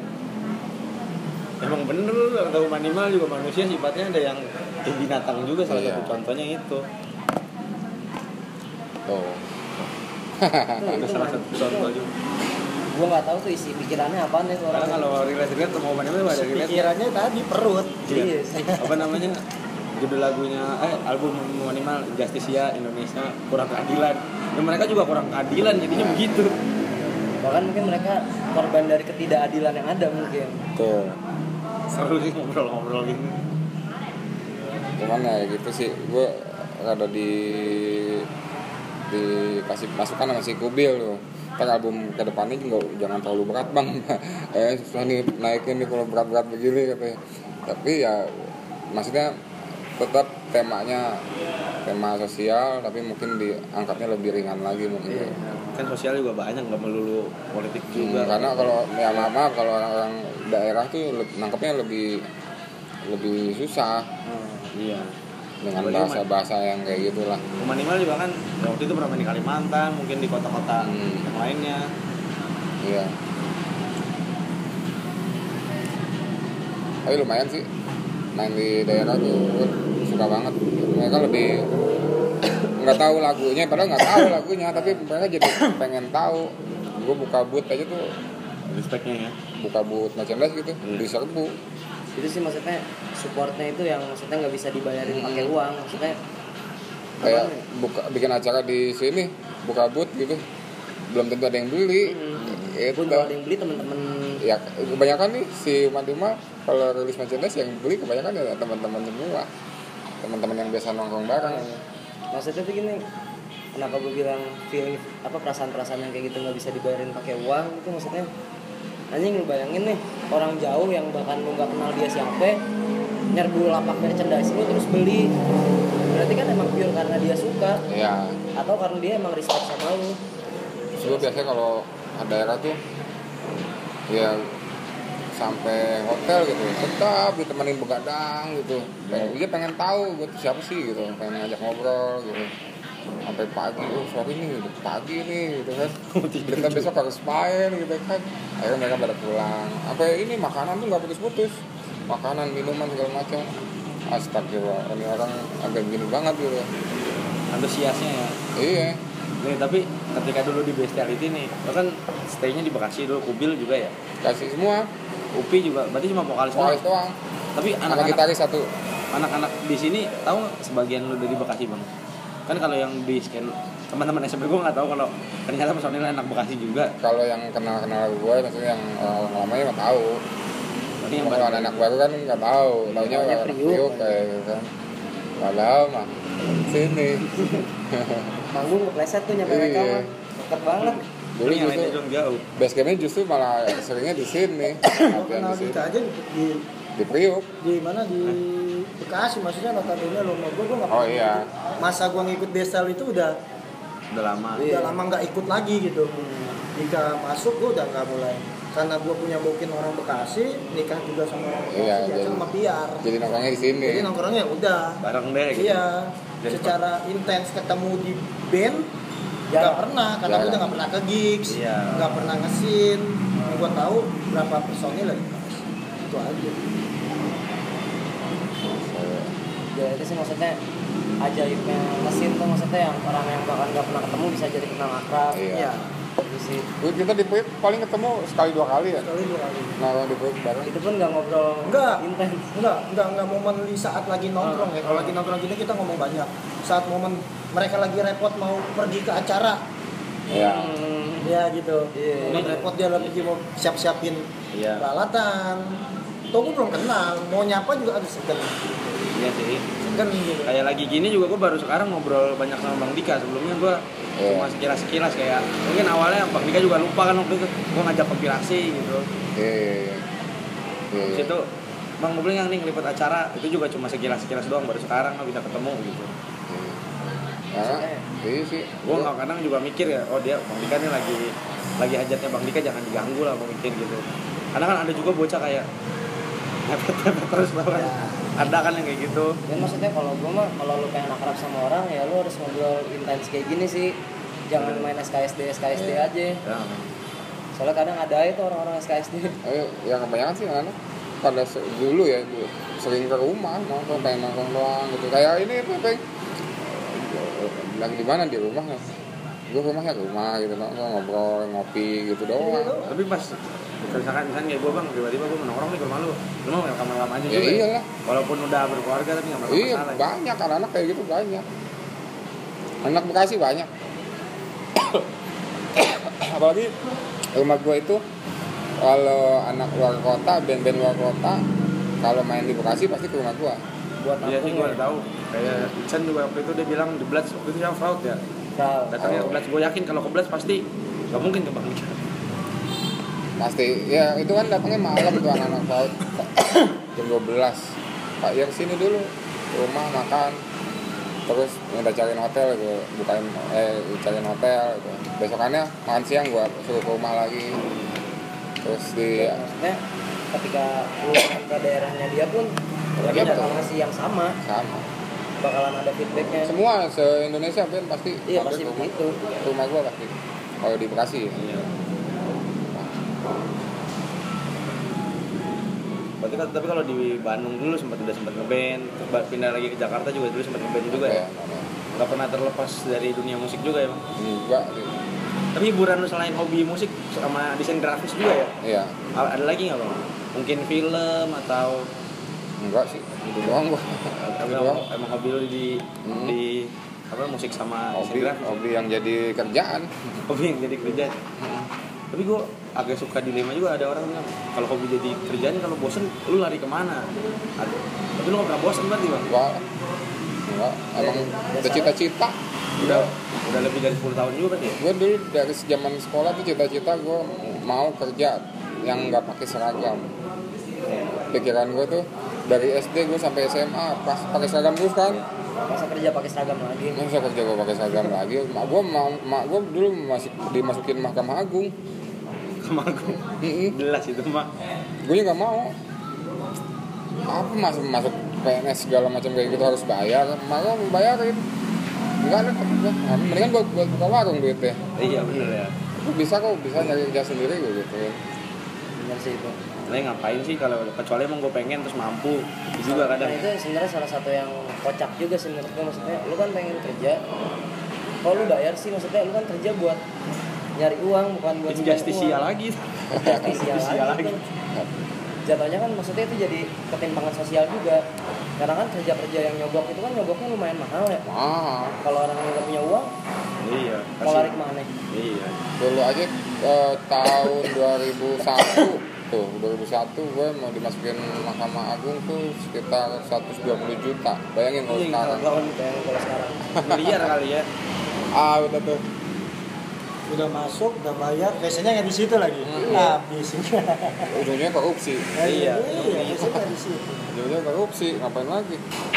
emang bener atau animal juga manusia sifatnya ada yang kayak binatang juga salah Iya. satu contohnya itu. Tuh. Itu, Ada itu salah man- satu itu- contoh juga. Gue nggak tahu tuh isi pikirannya apaan ya tuh Karena orang. kalau relate-relate sama animal ada relate. Pikirannya tadi perut. Iya sih. Apa namanya? Judul lagunya eh album animal Justicia Indonesia kurang keadilan. Dan mereka juga kurang keadilan jadinya begitu. Bahkan mungkin mereka korban dari ketidakadilan yang ada mungkin. Tuh. Seru sih ngobrol-ngobrol gini. Cuman ya gitu sih, gue rada di dikasih masukan sama si Kubil tuh. Ntar album ke depannya juga jangan terlalu berat bang. eh susah nih naikin nih kalau berat-berat begini katanya. Tapi ya maksudnya tetap temanya tema sosial tapi mungkin diangkatnya lebih ringan lagi mungkin. Iya. Kan sosial juga banyak nggak melulu politik Hmm, juga. karena kalau ya maaf, maaf kalau orang-orang daerah tuh le- nangkepnya lebih lebih susah Hmm, iya. dengan Apalagi bahasa-bahasa yang kayak gitulah. Rumah Animal juga kan ya waktu itu pernah main di Kalimantan, mungkin di kota-kota Hmm. yang lainnya. Iya. Tapi lumayan sih main di daerah tuh gue suka banget. Mereka lebih nggak tahu lagunya, padahal nggak tahu lagunya, tapi mereka jadi pengen tahu. Gue buka booth aja tuh, Respectnya ya. buka booth merchandise gitu, Hmm. diserbu. Itu sih maksudnya supportnya itu yang maksudnya nggak bisa dibayarin Hmm. pakai uang. Maksudnya kayak buka bikin acara di sini, buka booth gitu, belum tentu ada yang beli. Hmm. Itu Pun kalau ada yang beli temen-temen ya kebanyakan nih si Madima kalau rilis merchandise yang beli kebanyakan ya teman-teman semua, teman-teman yang biasa nongkrong bareng. Maksudnya tuh gini, kenapa gue bilang feeling apa perasaan-perasaan yang kayak gitu nggak bisa dibayarin pakai uang itu maksudnya anjing lu bayangin nih orang jauh yang bahkan lu nggak kenal dia siapa nyerbu lapak merchandise lu terus beli, berarti kan emang pure karena dia suka Iya. atau karena dia emang respect sama lu. Terus gue biasanya kalau ada daerah tuh ya sampai hotel gitu tetap ditemenin begadang gitu, pengen, dia pengen tahu gue tuh siapa sih gitu, pengen ngajak ngobrol gitu sampai pagi. Oh sorry nih udah pagi nih gitu kan, kita besok harus main gitu kan. Akhirnya mereka pada pulang. Sampai ini makanan tuh nggak putus-putus, makanan minuman segala macam. Astagfirullah, ini orang agak gini banget gitu. Antusiasnya ya. Iya. Nih, tapi ketika dulu di Bestiality nih, lo kan stay-nya di Bekasi dulu, Kubil juga ya. Kasih semua. Upi juga, berarti cuma vokalis Vokalis doang. doang. Tapi Sama anak-anak gitaris satu. anak-anak di sini tahu nggak sebagian lu dari Bekasi bang? Kan kalau yang di scan teman-teman S M P gue nggak tahu kalau ternyata personilnya anak Bekasi juga. Kalau yang kenal-kenal gue, maksudnya yang orang lamanya mah tahu. Berarti yang Kalau baru- anak baru kan nggak tahu, taunya Taunya anak Priuk. Priuk kayak gitu kan. Padahal mah sini. Manggung kepleset tuh nyampe Iya. mereka mah deket banget. Dulu Ini yang justru lainnya dong jauh. base campnya justru malah seringnya di sini. Kalau Latihan kenal di sini. kita aja di, di Di Priuk. di mana di Bekasi maksudnya notabene lo mau gue gue nggak Oh pernah iya. ikut. Masa gue ngikut Besal itu udah Udah lama. udah lama nggak ikut lagi gitu. Jika masuk gue udah nggak mulai karena gue punya mungkin orang Bekasi nikah juga sama orang Bekasi Iya, biasa jadi- sama piar. Jadi nongkrongnya di sini. Jadi nongkrongnya udah Bareng deh gitu. iya Jadi- secara intens ketemu di band nggak Jarang. pernah karena gue Jarang. udah nggak pernah ke gigs Iya. nggak pernah ngesin yang gue tahu berapa personil lagi itu aja. Ya itu sih maksudnya ajaibnya mesin tuh maksudnya yang orang yang bahkan nggak pernah ketemu bisa jadi kenal akrab. Iya. Iya Itu sih. Dulu kita di Priuk paling ketemu sekali dua kali ya. sekali dua kali. Nongkrong di Priuk bareng. Itu pun nggak ngobrol Enggak, intens. enggak, enggak, enggak momen di saat lagi nongkrong ya. Kalau lagi nongkrong gini kita ngomong banyak. Saat momen mereka lagi repot mau pergi ke acara, Iya. Hmm, ya gitu. Iya. Momen repot dia lagi mau siap-siapin Iya. peralatan. Tuh gue belum kenal, mau nyapa juga ada segan, Iya sih. segan gitu. Kayak lagi gini juga gue baru sekarang ngobrol banyak sama Bang Dika. Sebelumnya gue Iya. cuma sekilas-sekilas kayak mungkin awalnya Bang Dika juga lupa kan waktu itu gue ngajak kompilasi gitu. Iya. Iya. Iya. Iya. Terus itu Bang mau beli yang nih ngelipet acara itu juga cuma sekilas-sekilas doang baru sekarang bisa ketemu gitu. Karena iya sih. Gue nggak kadang juga mikir ya, oh dia Bang Dika nih lagi lagi hajatnya Bang Dika jangan diganggu lah, gue mikir gitu. Karena kan ada juga bocah kayak mepet-mepet terus lah kan. Ya. Ada kan yang kayak gitu. Dan maksudnya kalau gue mah kalau lu pengen akrab sama orang ya lu harus ngobrol intens kayak gini sih. Jangan main S K S D S K S D aja. Ya. Soalnya kadang ada itu orang-orang S K S D. Eh, yang kebanyakan sih anak pada se- dulu ya dulu, sering ke rumah nongkrong pengen nongkrong doang gitu. Kayak ini apa pengen lagi di mana di rumah ya? Gue rumahnya ke rumah gitu nongkrong ngobrol ngopi gitu doang. Tapi pas misalkan misalkan kayak gue bang tiba-tiba gue nongkrong nih ke rumah lu, lu mau welcome welcome aja Ya juga. iyalah. Walaupun udah berkeluarga tapi nggak masalah. Iya banyak anak-anak kayak gitu banyak. Anak Bekasi banyak. Apalagi rumah gue itu kalau anak luar kota, band-band luar kota kalau main di Bekasi pasti ke rumah gue. Buat Iya sih nampung gue ya. udah tahu. Kayak Chen juga waktu itu dia bilang The Bloods waktu itu yang fraud ya. Kral. Datangnya ke Bloods, gue yakin kalau ke Bloods pasti nggak mungkin ke Bang Dika. Pasti ya itu kan datangnya malam tuh anak-anak paut jam dua belas. Pak ya kesini dulu rumah makan terus udah cariin hotel gitu bukain eh cariin hotel gitu. Besokannya makan siang gua suruh ke rumah lagi terus di Ya, maksudnya ketika lu ke daerahnya dia pun Iya, dia bakal betul. ngasih yang sama, sama bakalan ada feedbacknya. semua se Indonesia Ben pasti Iya mampir pasti ke rumah, begitu. rumah gua pasti kalau di Bekasi ya. Iya. Berarti kan tapi kalau di Bandung dulu sempat udah sempat ngeband, terus ba- pindah lagi ke Jakarta juga dulu sempat ngeband juga ya. Nggak pernah terlepas dari dunia musik juga ya bang. Enggak sih. Tapi hiburan lu selain hobi musik sama desain grafis juga ya? Iya A- Ada lagi nggak bang? Mungkin film atau enggak sih itu doang gua. atau Itu emang, doang. emang hobi lu di Hmm. di apa musik sama hobi desain grafis. hobi yang jadi kerjaan. Hobi yang jadi kerjaan. Tapi gue agak suka dilema juga, ada orang bilang kalau hobi jadi kerjaan kalau bosen lu lari kemana? Ada. Tapi lu nggak pernah bosen berarti bang? Wah, enggak, emang udah cita-cita. Udah udah lebih dari sepuluh tahun juga berarti ya? Gue dulu dari zaman sekolah tuh cita-cita gue mau kerja yang nggak pakai seragam. Pikiran gue tuh dari S D gue sampai S M A pas pakai seragam terus kan. Masa kerja pakai seragam lagi? Masa kerja gue pakai seragam lagi. Mak gue mau mak gue dulu masuk dimasukin Mahkamah Agung. Sama aku. Mm-mm. Jelas itu mak. Gue juga nggak mau. Apa masuk masuk P N S segala macam kayak gitu harus bayar. Maka mau bayarin. Enggak ada kata gue. Nah, mendingan buat buat buka warung duitnya. Iya bener ya. Gue bisa kok bisa nyari kerja sendiri gue gitu. Bener sih itu. Nah, ngapain sih kalau kecuali emang gue pengen terus mampu itu juga kadang. Nah itu sebenarnya salah satu yang kocak juga sih menurut gue, maksudnya lu kan pengen kerja, kalau lu bayar sih maksudnya lu kan kerja buat nyari uang bukan buat Injusticia lagi. Injusticia Injusticia lagi. lagi. Jatuhnya kan maksudnya itu jadi ketimpangan sosial juga. Karena kan kerja-kerja yang nyogok itu kan nyogoknya lumayan mahal ya. Wah, Kalau orang yang nggak punya uang, Iya. mau lari kemana? Iya. dulu aja eh, tahun dua ribu satu tuh dua ribu satu gue mau dimasukin Mahkamah Agung tuh sekitar seratus dua puluh juta. Bayangin kalau Iya, sekarang. Kalau bayangin kalau sekarang. Miliar kali ya. Ah udah tuh. Udah masuk, udah bayar, biasanya nggak di situ lagi. Hmm. Habis. Ujungnya korupsi. Iya. Iya, biasanya nggak di situ. Ujungnya korupsi. Ngapain lagi?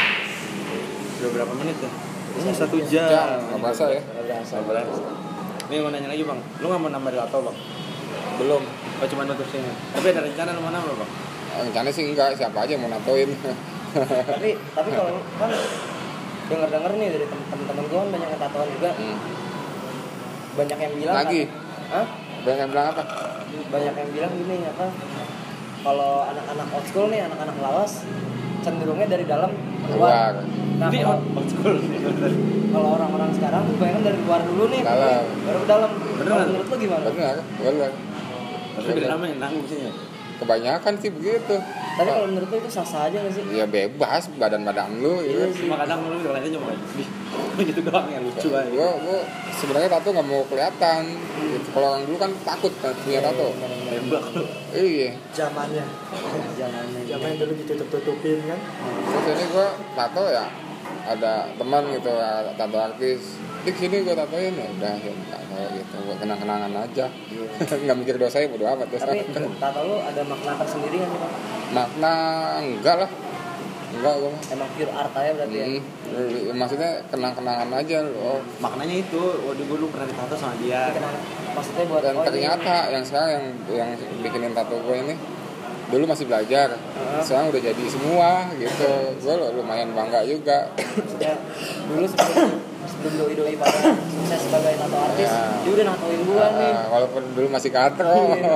Udah berapa menit ya? Ini satu Jam. jam. Nggak berasa ya? Nggak berasa. Nggak berasa. Nih mau nanya lagi bang, lu nggak mau nambah tato bang? Belum. Oh cuma nutup sini. Tapi ada rencana lu mau nambah bang? Rencana sih enggak. Siapa aja yang mau natoin. tapi tapi kalau kan dengar-dengar nih dari teman-teman gue kan banyak yang tatoan juga, Hmm. banyak yang bilang Lagi? Hah? Banyak yang bilang apa? Banyak yang bilang gini apa, kalau anak-anak old school nih, anak-anak lawas cenderungnya dari dalam keluar. Keluar. Nah Ini kalau, old school. kalau orang-orang sekarang tuh bayangkan dari luar dulu nih, Dalam. baru ke dalam. Beneran? Kalau menurut lu gimana? Benar. Benar. Tapi udah lama yang nanggung sih ya. Kebanyakan sih begitu. Tapi kalau menurut lu itu sah-sah aja nggak sih? Ya bebas badan-badan lu Iya gitu. sih. Cuma kadang lu udah aja cuma gitu doang yang lucu aja. Gua gua sebenarnya tato nggak mau kelihatan. Gitu. Kalau orang dulu kan takut kan punya tato. Nembak lu. Iya. Zamannya. Zamannya. Zaman dulu ditutup-tutupin kan. Terus ini gua tato ya ada teman gitu ya, tato artis. Di sini gua tatoin ya udah ya tato gitu. Gua kenang-kenangan aja. Nggak mikir dosanya bodo amat terus. Tapi tato lu ada makna tersendiri kan sih Pak? Makna enggak lah. Enggak gua mah. Emang pure art aja berarti ya? Hmm. Maksudnya kenang-kenangan aja loh. Maknanya itu, waduh gue dulu pernah ditato sama dia. Kenapa? Maksudnya buat Dan oh, ini- ternyata yang sekarang yang yang bikinin tato gue ini dulu masih belajar, Uh-huh. sekarang udah jadi semua gitu. Gue lumayan bangga juga. maksudnya dulu sebelum sebelum doi doi pada sukses sebagai tato artis, Ya. dia udah natoin gua nih. Ah, walaupun dulu masih katro.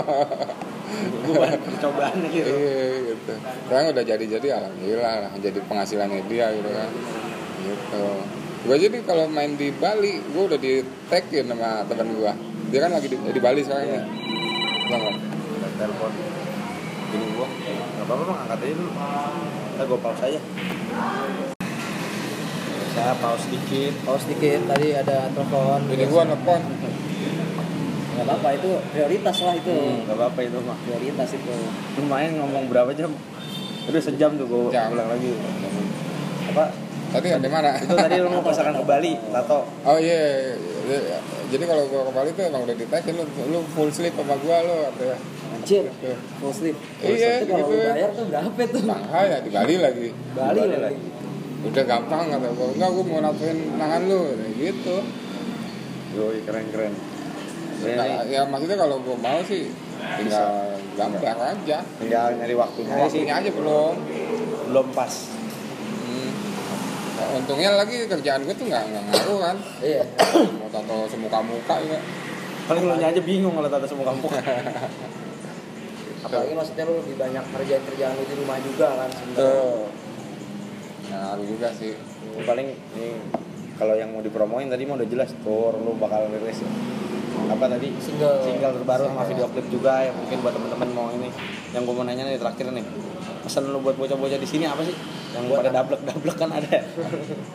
Gue baru percobaan gitu. Iya gitu. Sekarang udah jadi-jadi alhamdulillah lah, jadi penghasilannya dia gitu kan. Gitu. Gue jadi kalau main di Bali, gue udah di tagin sama teman gue. Dia kan lagi di, di Bali sekarang ya. Bang, Udah telepon. Ini gua. Enggak apa-apa bang, angkat aja dulu. Kita gue pause aja. Saya pause dikit. Pause dikit, tadi ada telepon. ini gue nelfon. Nggak apa-apa, itu prioritas lah itu. Enggak apa-apa itu mah. Prioritas itu. Lumayan ngomong berapa jam? Udah sejam tuh gue Jam. ulang lagi. Apa? Tadi di mana? Itu tadi lu mau pasangan ke Bali, tato. Oh iya, yeah. Jadi kalau gua ke Bali tuh emang udah ditagin lu, lu full sleep sama gua lu katanya. Anjir, Gitu. full sleep. Iya, Itu kalau gitu. lu bayar tuh berapa tuh? Mahal ya di Bali lagi. Bali Bali lagi. Udah gampang kata gua. Enggak, gua mau natoin tangan lu kayak gitu. Yoi, keren-keren. Nah, Ini ya maksudnya kalau gua mau sih tinggal gambar aja. tinggal nyari waktunya aja sih. Waktunya aja belum. Belum pas. Hmm. Nah, untungnya lagi kerjaan gua tuh nggak nggak ngaruh kan. Iya. Mau tato semuka-muka juga. Paling lu aja bingung kalau tato semua kampung. Apalagi maksudnya lu lebih banyak kerjaan-kerjaan lu di rumah juga kan sebenarnya. Tuh. Nah, ngaruh juga sih. Paling nih kalau yang mau dipromoin tadi mau udah jelas tour lu bakal rilis apa tadi Single. single terbaru sama Single. video klip juga yang mungkin buat teman-teman mau ini. Yang gue mau nanya nih terakhir nih, pesan lu buat bocah-bocah di sini apa sih yang Buat pada apa? dablek-dablek kan ada.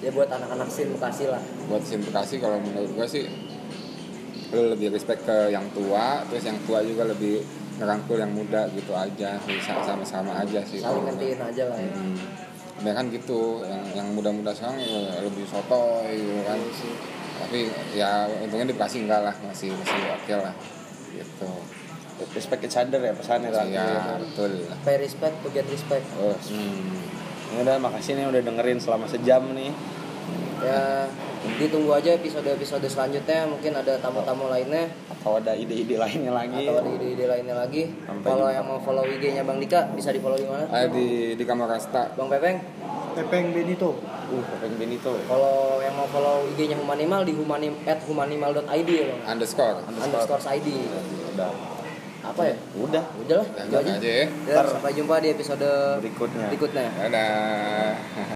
Ya buat anak-anak SIM Bekasi lah. Buat SIM Bekasi kalau menurut gua sih lu lebih respect ke yang tua, terus yang tua juga lebih ngerangkul yang muda gitu aja, bisa sama-sama aja sih. Saling ngertiin aja lah ya. Hmm. Ya kan gitu, yang yang muda-muda sekarang lebih sotoy gitu kan. Tapi ya untungnya di Bekasi enggak lah, masih masih oke lah gitu. Respect each other ya pesannya tadi. Iya, betul. Pay respect to get respect. Oh, hmm. Ya udah makasih nih udah dengerin selama sejam nih. Ya ditunggu aja episode-episode selanjutnya, mungkin ada tamu-tamu lainnya Atau ada ide-ide lainnya lagi. atau ada ide-ide lainnya lagi. Sampai Kalau jumpa. yang mau follow I G-nya Bang Dika bisa di-follow di mana? Ah, di di Kamar Rasta. Bang Pepeng. Pepeng Benito. Uh, Pepeng Benito. Kalau yang mau follow I G-nya Humanimal di humanim at humanimal dot i d ya Bang. Underscore. Underscore I D. Udah. Apa ya? Udah. Udah lah, Dan itu aja. aja ya. Ya, sampai jumpa di episode Berikutnya. berikutnya. Dadah.